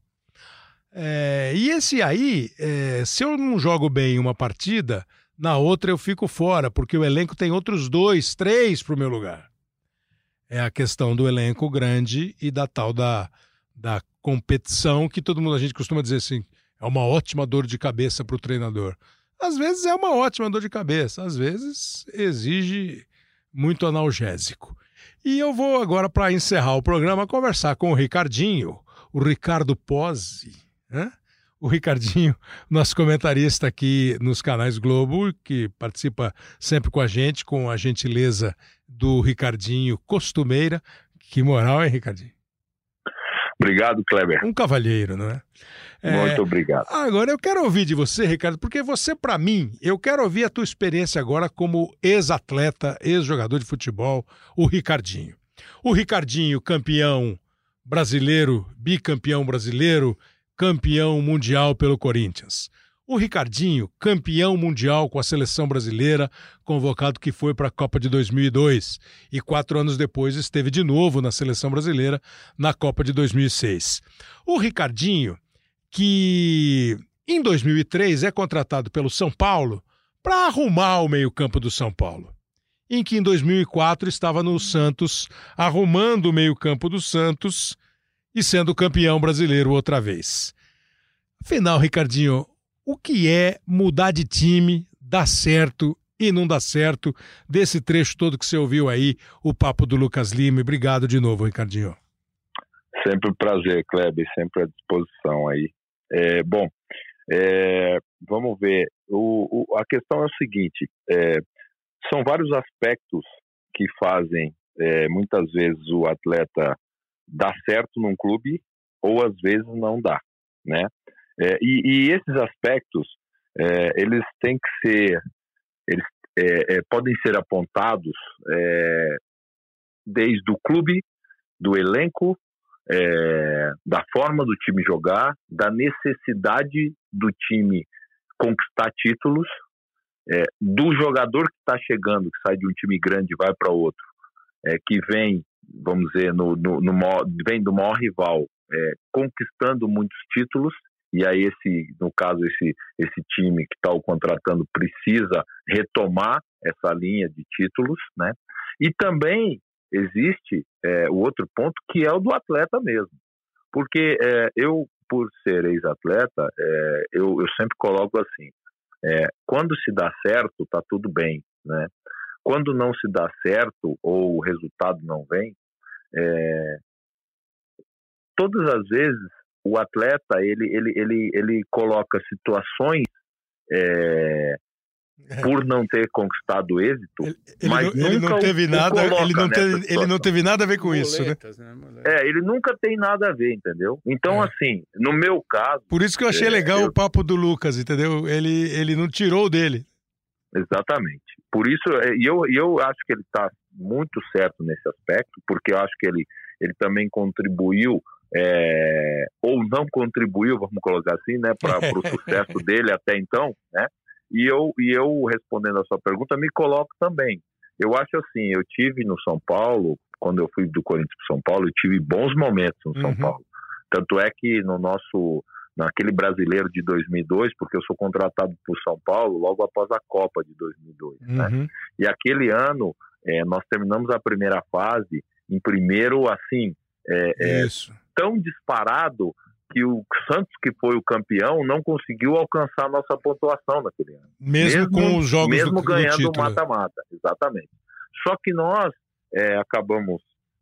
É, e esse aí, é, se eu não jogo bem uma partida, na outra eu fico fora, porque o elenco tem outros dois, três para o meu lugar. É a questão do elenco grande e da tal da, da competição, que todo mundo, a gente costuma dizer assim, é uma ótima dor de cabeça para o treinador. Às vezes é uma ótima dor de cabeça, às vezes exige muito analgésico. E eu vou agora, para encerrar o programa, conversar com o Ricardinho, o Ricardo Pozzi, né? O Ricardinho, nosso comentarista aqui nos canais Globo, que participa sempre com a gente, com a gentileza do Ricardinho Costumeira. Que moral, hein, Ricardinho? Obrigado, Kleber. Um cavalheiro, não é? Muito é... obrigado. Agora, eu quero ouvir de você, Ricardo, porque você, para mim, eu quero ouvir a tua experiência agora como ex-atleta, ex-jogador de futebol, o Ricardinho. O Ricardinho, campeão brasileiro, bicampeão brasileiro, campeão mundial pelo Corinthians. O Ricardinho, campeão mundial com a seleção brasileira, convocado que foi para a Copa de dois mil e dois e quatro anos depois esteve de novo na seleção brasileira na Copa de dois mil e seis. O Ricardinho, que em dois mil e três é contratado pelo São Paulo para arrumar o meio-campo do São Paulo, em que em dois mil e quatro estava no Santos, arrumando o meio-campo do Santos e sendo campeão brasileiro outra vez. Afinal, Ricardinho, o que é mudar de time, dar certo e não dar certo, desse trecho todo que você ouviu aí, o papo do Lucas Lima? Obrigado de novo, Ricardinho. Sempre um prazer, Kleber, sempre à disposição aí. É, bom, é, vamos ver. O, o, a questão é o seguinte, é, são vários aspectos que fazem, é, muitas vezes, o atleta dar certo num clube ou, às vezes, não dá, né? É, e, e esses aspectos, é, eles têm que ser, eles é, é, podem ser apontados é, desde o clube, do elenco, é, da forma do time jogar, da necessidade do time conquistar títulos, é, do jogador que está chegando, que sai de um time grande e vai para outro, é, que vem, vamos dizer, no, no, no, vem do maior rival, é, conquistando muitos títulos. E aí, esse, no caso, esse, esse time que está o contratando precisa retomar essa linha de títulos, né? E também existe é, o outro ponto, que é o do atleta mesmo. Porque é, eu, por ser ex-atleta, é, eu, eu sempre coloco assim, é, quando se dá certo, tá tudo bem, né? Quando não se dá certo, ou o resultado não vem, é, todas as vezes, o atleta, ele, ele, ele, ele coloca situações é, por não ter conquistado êxito, ele, ele mas não, ele não teve nada, ele não teve, ele não teve nada a ver com Moletas, isso, né? né? É, ele nunca tem nada a ver, entendeu? Então, é. assim, no meu caso... Por isso que eu achei é, legal eu... o papo do Lucas, entendeu? Ele, ele não tirou dele. Exatamente. Por isso, e eu, eu acho que ele está muito certo nesse aspecto, porque eu acho que ele, ele também contribuiu É, ou não contribuiu, vamos colocar assim, né, para o sucesso dele até então, né? E eu, e eu, respondendo a sua pergunta, me coloco também. Eu acho assim, eu tive no São Paulo, quando eu fui do Corinthians para São Paulo, eu tive bons momentos no São Uhum. Paulo. Tanto é que no nosso, naquele brasileiro de dois mil e dois, porque eu sou contratado por São Paulo logo após a Copa de dois mil e dois, né? Uhum. E aquele ano, é, nós terminamos a primeira fase em primeiro, assim, é, é, Isso. tão disparado que o Santos, que foi o campeão, não conseguiu alcançar a nossa pontuação naquele ano. Mesmo, Mesmo- com os jogos Mesmo do, do ganhando o título. mata-mata, exatamente. Só que nós é, acabamos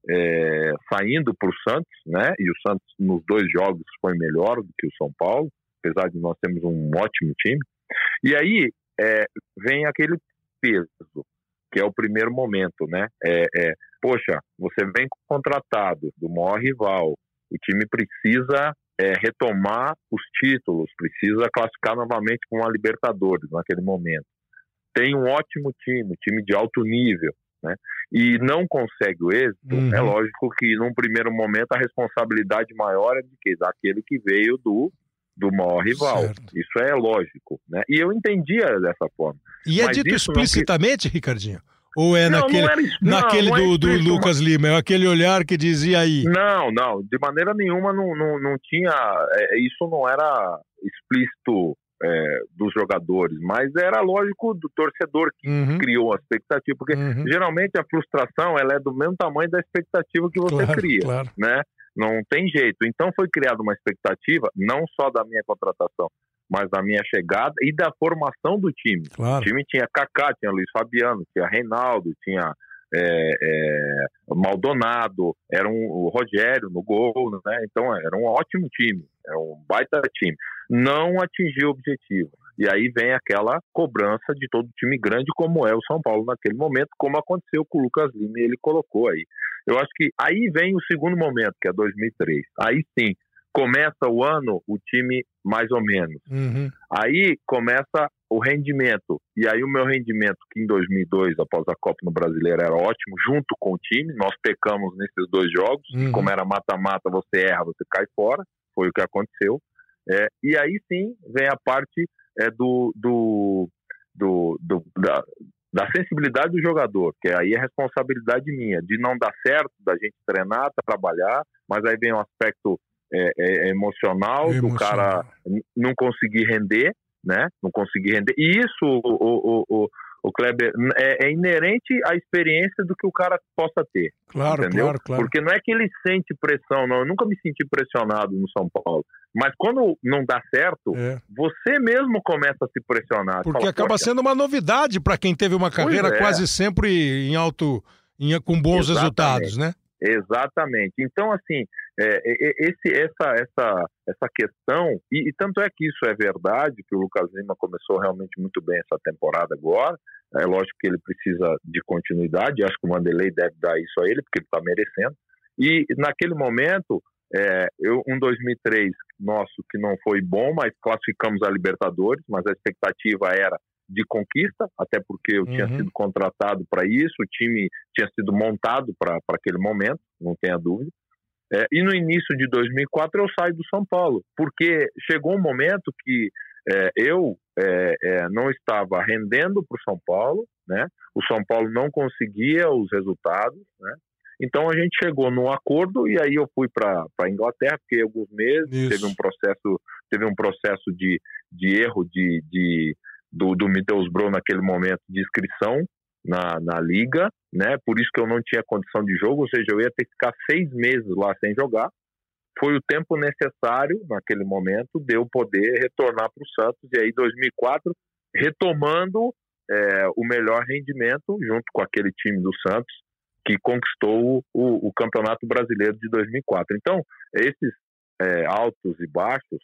é, saindo para o Santos, né? E o Santos nos dois jogos foi melhor do que o São Paulo, apesar de nós termos um ótimo time. E aí é, vem aquele peso, que é o primeiro momento, né? É, é, poxa, você vem contratado do maior rival, o time precisa é, retomar os títulos, precisa classificar novamente com a Libertadores naquele momento. Tem um ótimo time, time de alto nível, né? E não consegue o êxito, Uhum. é lógico que num primeiro momento a responsabilidade maior é de quê? Daquele que veio do, do maior rival. Certo. Isso é lógico, né? E eu entendia dessa forma. E é Mas dito isso não explicitamente, Ricardinho? Ou é Não, naquele, não era isso- não, naquele não é do, do explícito, Lucas Lima? É aquele olhar que dizia aí. Não, não, de maneira nenhuma não, não, não tinha, é, isso não era explícito é, dos jogadores, mas era lógico do torcedor que Uhum. criou a expectativa, porque Uhum. geralmente a frustração ela é do mesmo tamanho da expectativa que você Claro, cria, claro. né? Não tem jeito. Então foi criada uma expectativa, não só da minha contratação, mas da minha chegada e da formação do time. Claro. O time tinha Kaká, tinha Luiz Fabiano, tinha Reinaldo, tinha é, é, Maldonado, era um, o Rogério no gol, né? Então era um ótimo time, é um baita time. Não atingiu o objetivo. E aí vem aquela cobrança de todo time grande como é o São Paulo naquele momento, como aconteceu com o Lucas Lima e ele colocou aí. Eu acho que aí vem o segundo momento, que é dois mil e três. Aí sim, começa o ano, o time mais ou menos. Uhum. Aí começa o rendimento. E aí o meu rendimento, que em dois mil e dois, após a Copa no Brasileiro, era ótimo, junto com o time. Nós pecamos nesses dois jogos. Uhum. Como era mata-mata, você erra, você cai fora. Foi o que aconteceu. É, e aí sim vem a parte é, do, do, do, do, da, da sensibilidade do jogador, que aí é responsabilidade minha, de não dar certo, da gente treinar, trabalhar, mas aí vem o aspecto é, é, emocional, Emocional. do cara n- não conseguir render, né? Não conseguir render. E isso, o, o, o, o Kleber, é, é inerente à experiência do que o cara possa ter. Claro, Entendeu? claro, claro. Porque não é que ele sente pressão, não. Eu nunca me senti pressionado no São Paulo. Mas quando não dá certo, É. você mesmo começa a se pressionar. Porque Fala, acaba "Poxa, sendo uma novidade para quem teve uma carreira é. quase sempre em alto, em- com bons Exatamente. resultados, né? Exatamente. Então, assim, é, é, esse, essa, essa, essa questão, e, e tanto é que isso é verdade, que o Lucas Lima começou realmente muito bem essa temporada agora. É lógico que ele precisa de continuidade, acho que o Vanderlei deve dar isso a ele, porque ele está merecendo. E naquele momento, é, eu, um dois mil e três nosso que não foi bom, mas classificamos a Libertadores, mas a expectativa era de conquista, até porque eu Uhum. tinha sido contratado para isso, o time tinha sido montado para aquele momento, não tenha dúvida. É, e no início de dois mil e quatro eu saio do São Paulo, porque chegou um momento que é, eu é, é, não estava rendendo para o São Paulo, né? O São Paulo não conseguia os resultados, né? Então a gente chegou num acordo e aí eu fui para a Inglaterra, fiquei alguns meses, Isso. teve um processo, teve um processo de, de erro de, de, do, do Middlesbrough naquele momento de inscrição na, na liga, né? Por isso que eu não tinha condição de jogo, ou seja, eu ia ter que ficar seis meses lá sem jogar. Foi o tempo necessário naquele momento de eu poder retornar para o Santos, e aí dois mil e quatro retomando é, o melhor rendimento junto com aquele time do Santos que conquistou o, o Campeonato Brasileiro de dois mil e quatro. Então, esses é, altos e baixos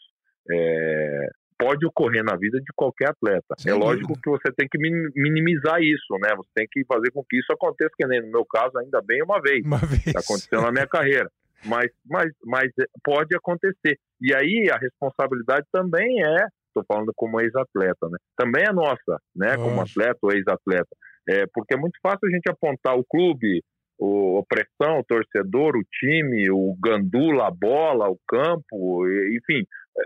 é, pode ocorrer na vida de qualquer atleta. Sem é lógico dúvida. que você tem que minimizar isso, né? Você tem que fazer com que isso aconteça, que nem no meu caso, ainda bem uma vez. Uma vez. Que aconteceu na minha carreira. Mas, mas, mas pode acontecer. E aí a responsabilidade também é, estou falando como ex-atleta, né? Também é nossa, né? Como Lógico. atleta ou ex-atleta. É, porque é muito fácil a gente apontar o clube, o, a pressão, o torcedor, o time, o gandula, a bola, o campo, enfim,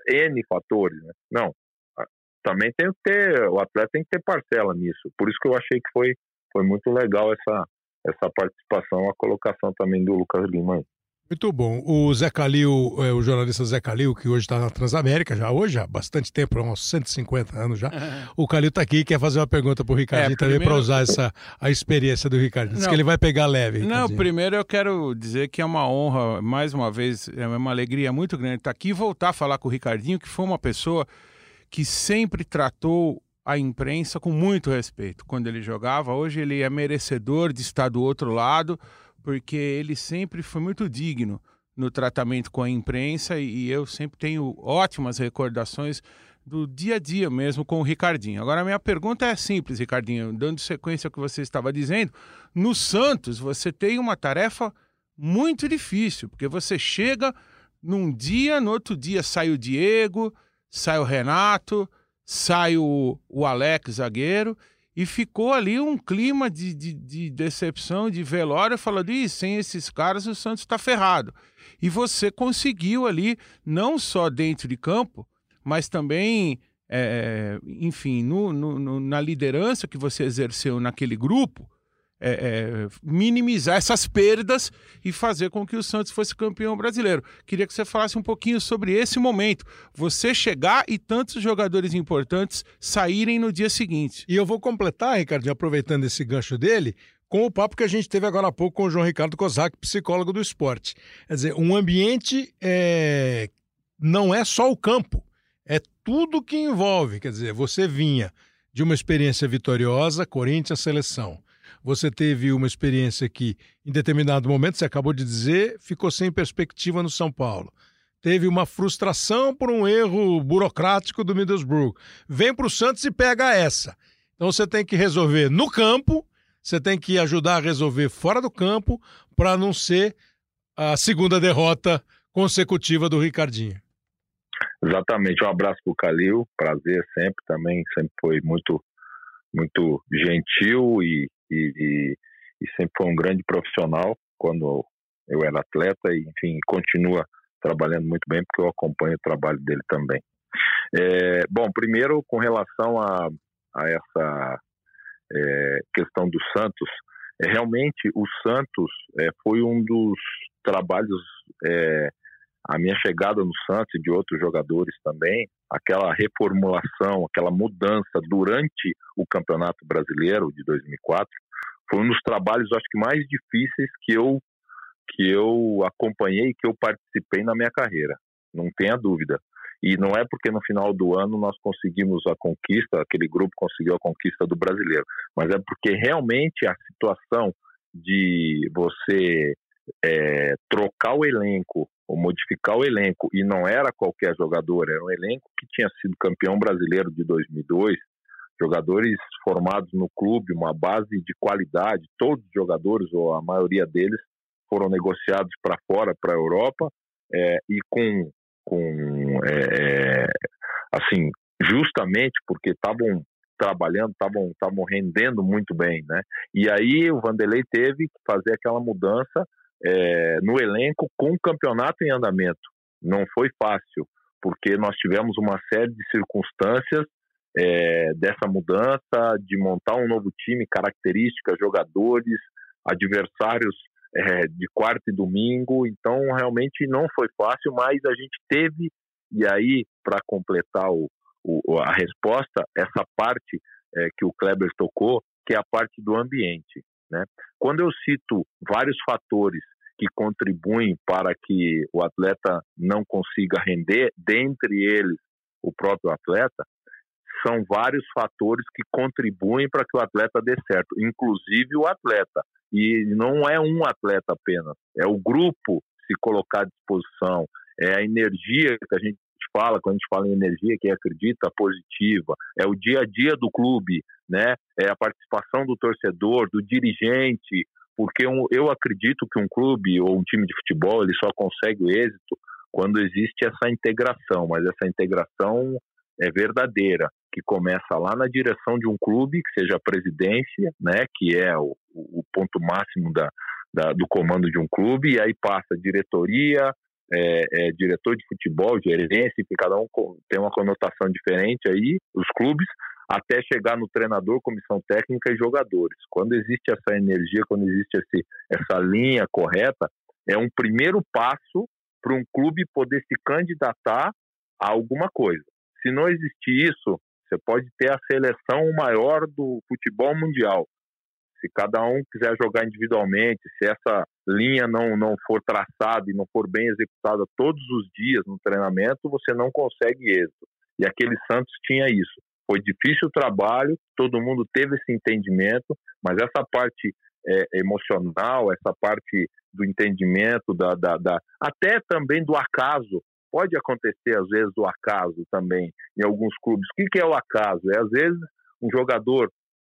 N fatores, né? Não, também tem que ter, o atleta tem que ter parcela nisso. Por isso que eu achei que foi, foi muito legal essa, essa participação, a colocação também do Lucas Lima aí. Muito bom. O Zé Calil, é, o jornalista Zé Calil, que hoje está na Transamérica, já hoje, há bastante tempo, há uns cento e cinquenta anos já. Uhum. O Calil está aqui e quer fazer uma pergunta para o Ricardinho é, também, para usar essa, a experiência do Ricardinho. Diz não, que ele vai pegar leve. Ricardinho. Não, primeiro eu quero dizer que é uma honra, mais uma vez, é uma alegria muito grande estar aqui e voltar a falar com o Ricardinho, que foi uma pessoa que sempre tratou a imprensa com muito respeito quando ele jogava. Hoje ele é merecedor de estar do outro lado, porque ele sempre foi muito digno no tratamento com a imprensa e eu sempre tenho ótimas recordações do dia a dia mesmo com o Ricardinho. Agora, a minha pergunta é simples, Ricardinho, dando sequência ao que você estava dizendo. No Santos, você tem uma tarefa muito difícil, porque você chega num dia, no outro dia sai o Diego, sai o Renato, sai o, o Alex, zagueiro, e ficou ali um clima de, de, de decepção, de velório, falando, Ih, sem esses caras o Santos está ferrado. E você conseguiu ali, não só dentro de campo, mas também, é, enfim, no, no, no, na liderança que você exerceu naquele grupo, é, é, minimizar essas perdas e fazer com que o Santos fosse campeão brasileiro. Queria que você falasse um pouquinho sobre esse momento, você chegar e tantos jogadores importantes saírem no dia seguinte. E eu vou completar, Ricardinho, aproveitando esse gancho dele, com o papo que a gente teve agora há pouco com o João Ricardo Kozak, psicólogo do esporte. Quer dizer, um ambiente é... não é só o campo, é tudo que envolve. Quer dizer, você vinha de uma experiência vitoriosa, Corinthians, seleção. Você teve uma experiência que, em determinado momento, você acabou de dizer, ficou sem perspectiva no São Paulo. Teve uma frustração por um erro burocrático do Middlesbrough. Vem para o Santos e pega essa. Então você tem que resolver no campo, você tem que ajudar a resolver fora do campo, para não ser a segunda derrota consecutiva do Ricardinho. Exatamente. Um abraço para o Calil, prazer sempre também, sempre foi muito, muito gentil e E, e, e sempre foi um grande profissional quando eu era atleta e, enfim, continua trabalhando muito bem porque eu acompanho o trabalho dele também. É, bom, primeiro, com relação a, a essa é, questão do Santos, é, realmente o Santos é, foi um dos trabalhos, é, a minha chegada no Santos e de outros jogadores também, aquela reformulação, aquela mudança durante o Campeonato Brasileiro de dois mil e quatro, foi um dos trabalhos, acho que, mais difíceis que eu, que eu acompanhei, que eu participei na minha carreira, não tenha dúvida. E não é porque no final do ano nós conseguimos a conquista, aquele grupo conseguiu a conquista do brasileiro, mas é porque realmente a situação de você é, trocar o elenco, ou modificar o elenco, e não era qualquer jogador, era um elenco que tinha sido campeão brasileiro de dois mil e dois, jogadores formados no clube, uma base de qualidade, todos os jogadores, ou a maioria deles, foram negociados para fora, para a Europa, é, e com, com é, assim, justamente porque estavam trabalhando, estavam estavam rendendo muito bem, né? E aí o Vanderlei teve que fazer aquela mudança É, no elenco com o campeonato em andamento. Não foi fácil, porque nós tivemos uma série de circunstâncias é, dessa mudança, de montar um novo time, características, jogadores, adversários é, de quarta e domingo, então realmente não foi fácil, mas a gente teve, e aí para completar o, o, a resposta, essa parte é, que o Kleber tocou, que é a parte do ambiente, né? Quando eu cito vários fatores que contribuem para que o atleta não consiga render, dentre eles o próprio atleta, são vários fatores que contribuem para que o atleta dê certo, inclusive o atleta. E não é um atleta apenas, é o grupo se colocar à disposição, é a energia que a gente fala, quando a gente fala em energia, quem acredita, positiva, é o dia a dia do clube, né? É a participação do torcedor, do dirigente, porque um, eu acredito que um clube ou um time de futebol ele só consegue o êxito quando existe essa integração, mas essa integração é verdadeira, que começa lá na direção de um clube, que seja a presidência, né, que é o, o ponto máximo da, da, do comando de um clube, e aí passa diretoria, é, é, diretor de futebol, gerência, que cada um tem uma conotação diferente aí, os clubes, até chegar no treinador, comissão técnica e jogadores. Quando existe essa energia, quando existe esse, essa linha correta, é um primeiro passo para um clube poder se candidatar a alguma coisa. Se não existir isso, você pode ter a seleção maior do futebol mundial. Se cada um quiser jogar individualmente, se essa linha não, não for traçada e não for bem executada todos os dias no treinamento, você não consegue êxito. E aquele Santos tinha isso. Foi difícil o trabalho, todo mundo teve esse entendimento, mas essa parte é, emocional, essa parte do entendimento, da, da, da, até também do acaso, pode acontecer às vezes do acaso também em alguns clubes. O que, que é o acaso? É às vezes um jogador,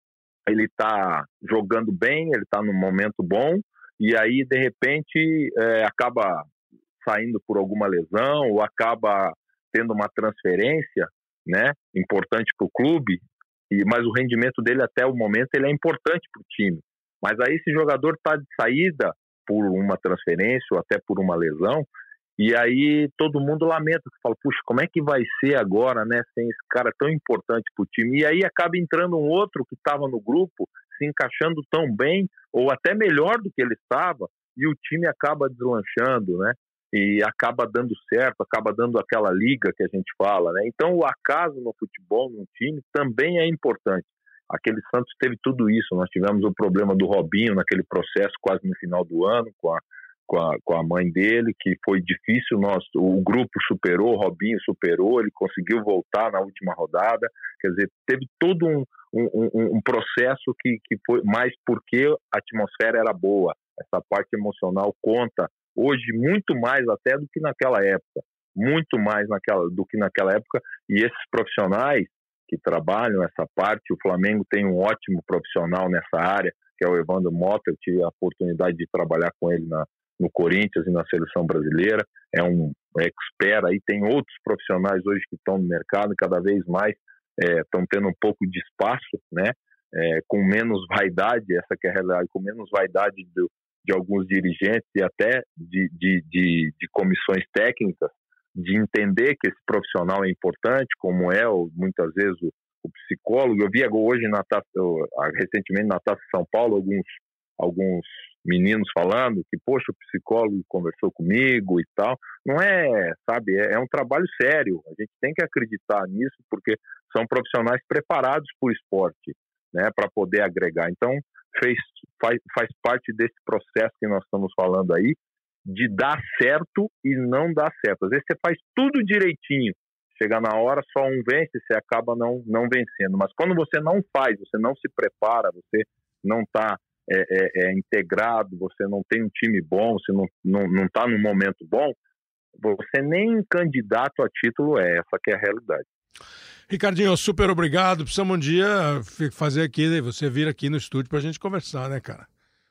ele está jogando bem, ele está num momento bom, e aí de repente é, acaba saindo por alguma lesão, ou acaba tendo uma transferência, né, importante para o clube, e, mas o rendimento dele até o momento ele é importante para o time. Mas aí esse jogador está de saída por uma transferência ou até por uma lesão, e aí todo mundo lamenta, fala, puxa, como é que vai ser agora, né, sem esse cara tão importante para o time? E aí acaba entrando um outro que estava no grupo, se encaixando tão bem, ou até melhor do que ele estava, e o time acaba deslanchando, né? E acaba dando certo, acaba dando aquela liga que a gente fala, né? Então o acaso no futebol, no time, também é importante. Aquele Santos teve tudo isso. Nós tivemos o problema do Robinho naquele processo quase no final do ano, com a, com a, com a mãe dele, que foi difícil. Nós, o grupo superou, o Robinho superou, ele conseguiu voltar na última rodada. Quer dizer, teve todo um, um, um processo que, que foi mais porque a atmosfera era boa. Essa parte emocional conta hoje muito mais até do que naquela época, muito mais naquela, do que naquela época, e esses profissionais que trabalham essa parte, o Flamengo tem um ótimo profissional nessa área, que é o Evandro Mota. Eu tive a oportunidade de trabalhar com ele na, no Corinthians e na Seleção Brasileira, é um expert aí, tem outros profissionais hoje que estão no mercado e cada vez mais é, estão tendo um pouco de espaço, né, é, com menos vaidade, essa que é a realidade, com menos vaidade do de alguns dirigentes e até de, de, de, de comissões técnicas, de entender que esse profissional é importante, como é muitas vezes o, o psicólogo. Eu vi hoje, na taça, recentemente na Taça São Paulo, alguns, alguns meninos falando que, poxa, o psicólogo conversou comigo e tal. Não é, sabe, é, é um trabalho sério. A gente tem que acreditar nisso, porque são profissionais preparados para o esporte, né, para poder agregar. Então, Fez, faz, faz parte desse processo que nós estamos falando aí, de dar certo e não dar certo. Às vezes você faz tudo direitinho, chega na hora, só um vence, você acaba não, não vencendo. Mas quando você não faz, você não se prepara, você não está é, é, é, integrado, você não tem um time bom, você não está não, não tá num momento bom, você nem candidato a título é. Essa que é a realidade. Ricardinho, super obrigado. Precisamos um dia fazer aqui, você vir aqui no estúdio pra gente conversar, né, cara?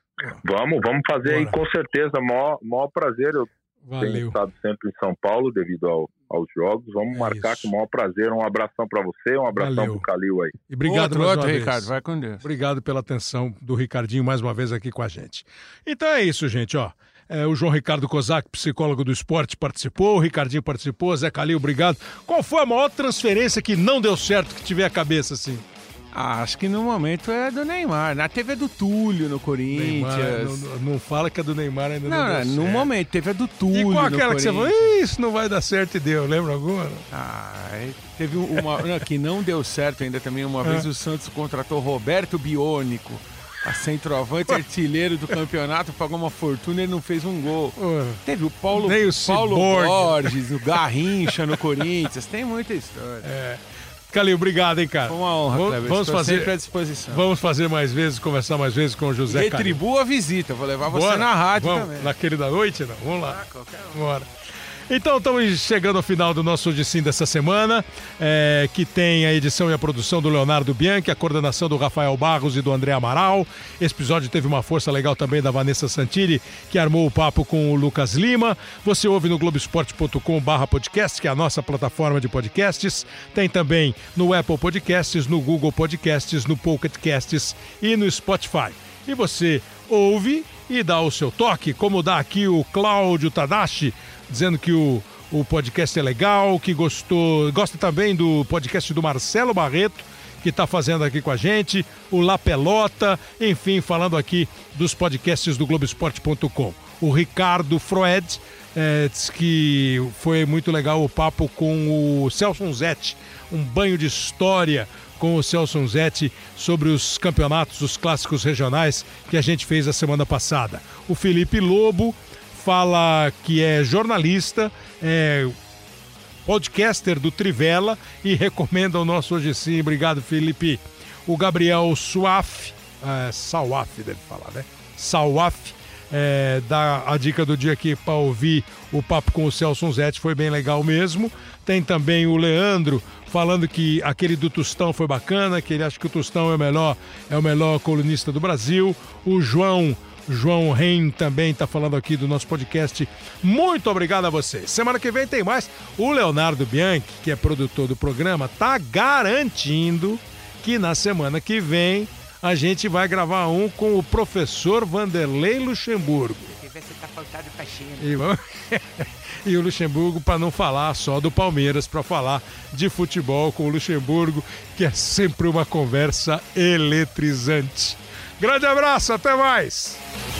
Vamos, vamos fazer. Bora. Aí, com certeza. Maior, maior prazer. Eu Valeu. tenho estado sempre em São Paulo devido ao, aos jogos. Vamos é marcar isso. Com o maior prazer. Um abração pra você, um abração Valeu. Pro Calil aí. E obrigado, outro, mais outro, uma Ricardo. vez. Vai com Deus. Obrigado pela atenção do Ricardinho mais uma vez aqui com a gente. Então é isso, gente, ó. É, o João Ricardo Kozak, psicólogo do esporte, participou, o Ricardinho participou, Zé Calil, obrigado. Qual foi a maior transferência que não deu certo, que tiver a cabeça assim? Ah, acho que no momento é do Neymar. Na teve a do Túlio no Corinthians. Neymar, não, não fala que a do Neymar ainda não, não deu certo. No momento, teve a do Túlio. E qual aquela que você falou, isso não vai dar certo e deu? Lembra alguma? Ah, teve uma não, que não deu certo ainda também. Uma vez o Santos contratou Roberto Biônico, a centroavante artilheiro do campeonato, pagou uma fortuna e ele não fez um gol. Uh, Teve o Paulo, o Paulo Borges, o Garrincha no Corinthians. Tem muita história. É. Calil, obrigado, hein, cara. Foi uma honra, Kleber. Vamos Estou fazer, sempre à disposição. Vamos fazer mais vezes, conversar mais vezes com o José Calil. Retribua a visita, vou levar você Bora. na rádio vamos. também. Naquele da noite, não? Vamos lá. Ah, qualquer um. Bora. Então, estamos chegando ao final do nosso Odissim dessa semana, é, que tem a edição e a produção do Leonardo Bianchi, a coordenação do Rafael Barros e do André Amaral. Esse episódio teve uma força legal também da Vanessa Santini, que armou o papo com o Lucas Lima. Você ouve no globesport ponto com barra podcast, que é a nossa plataforma de podcasts. Tem também no Apple Podcasts, no Google Podcasts, no Pocket Casts e no Spotify. e você ouve e dá o seu toque, como dá aqui o Cláudio Tadashi, dizendo que o, o podcast é legal, que gostou, gosta também do podcast do Marcelo Barreto, que está fazendo aqui com a gente, o La Pelota, enfim, falando aqui dos podcasts do Globo Esporte ponto com. O Ricardo Froed é, diz que foi muito legal o papo com o Celso Zetti, um banho de história com o Celso Zetti sobre os campeonatos, os clássicos regionais que a gente fez a semana passada. O Felipe Lobo fala que é jornalista, é podcaster do Trivela e recomenda o nosso Hoje Sim. Obrigado, Felipe. O Gabriel Suaf, é, Sauaf deve falar, né? Sauaf, é, dá a dica do dia aqui para ouvir o papo com o Celso Zetti, foi bem legal mesmo. Tem também o Leandro falando que aquele do Tostão foi bacana, que ele acha que o Tostão é o melhor, é o melhor colunista do Brasil. O João João Reim também está falando aqui do nosso podcast. Muito obrigado a você. Semana que vem tem mais. O Leonardo Bianchi, que é produtor do programa, tá garantindo que na semana que vem a gente vai gravar um com o professor Vanderlei Luxemburgo. Você tá faltando pra China. E, vamos... e o Luxemburgo, para não falar só do Palmeiras, para falar de futebol com o Luxemburgo, que é sempre uma conversa eletrizante. Grande abraço, até mais!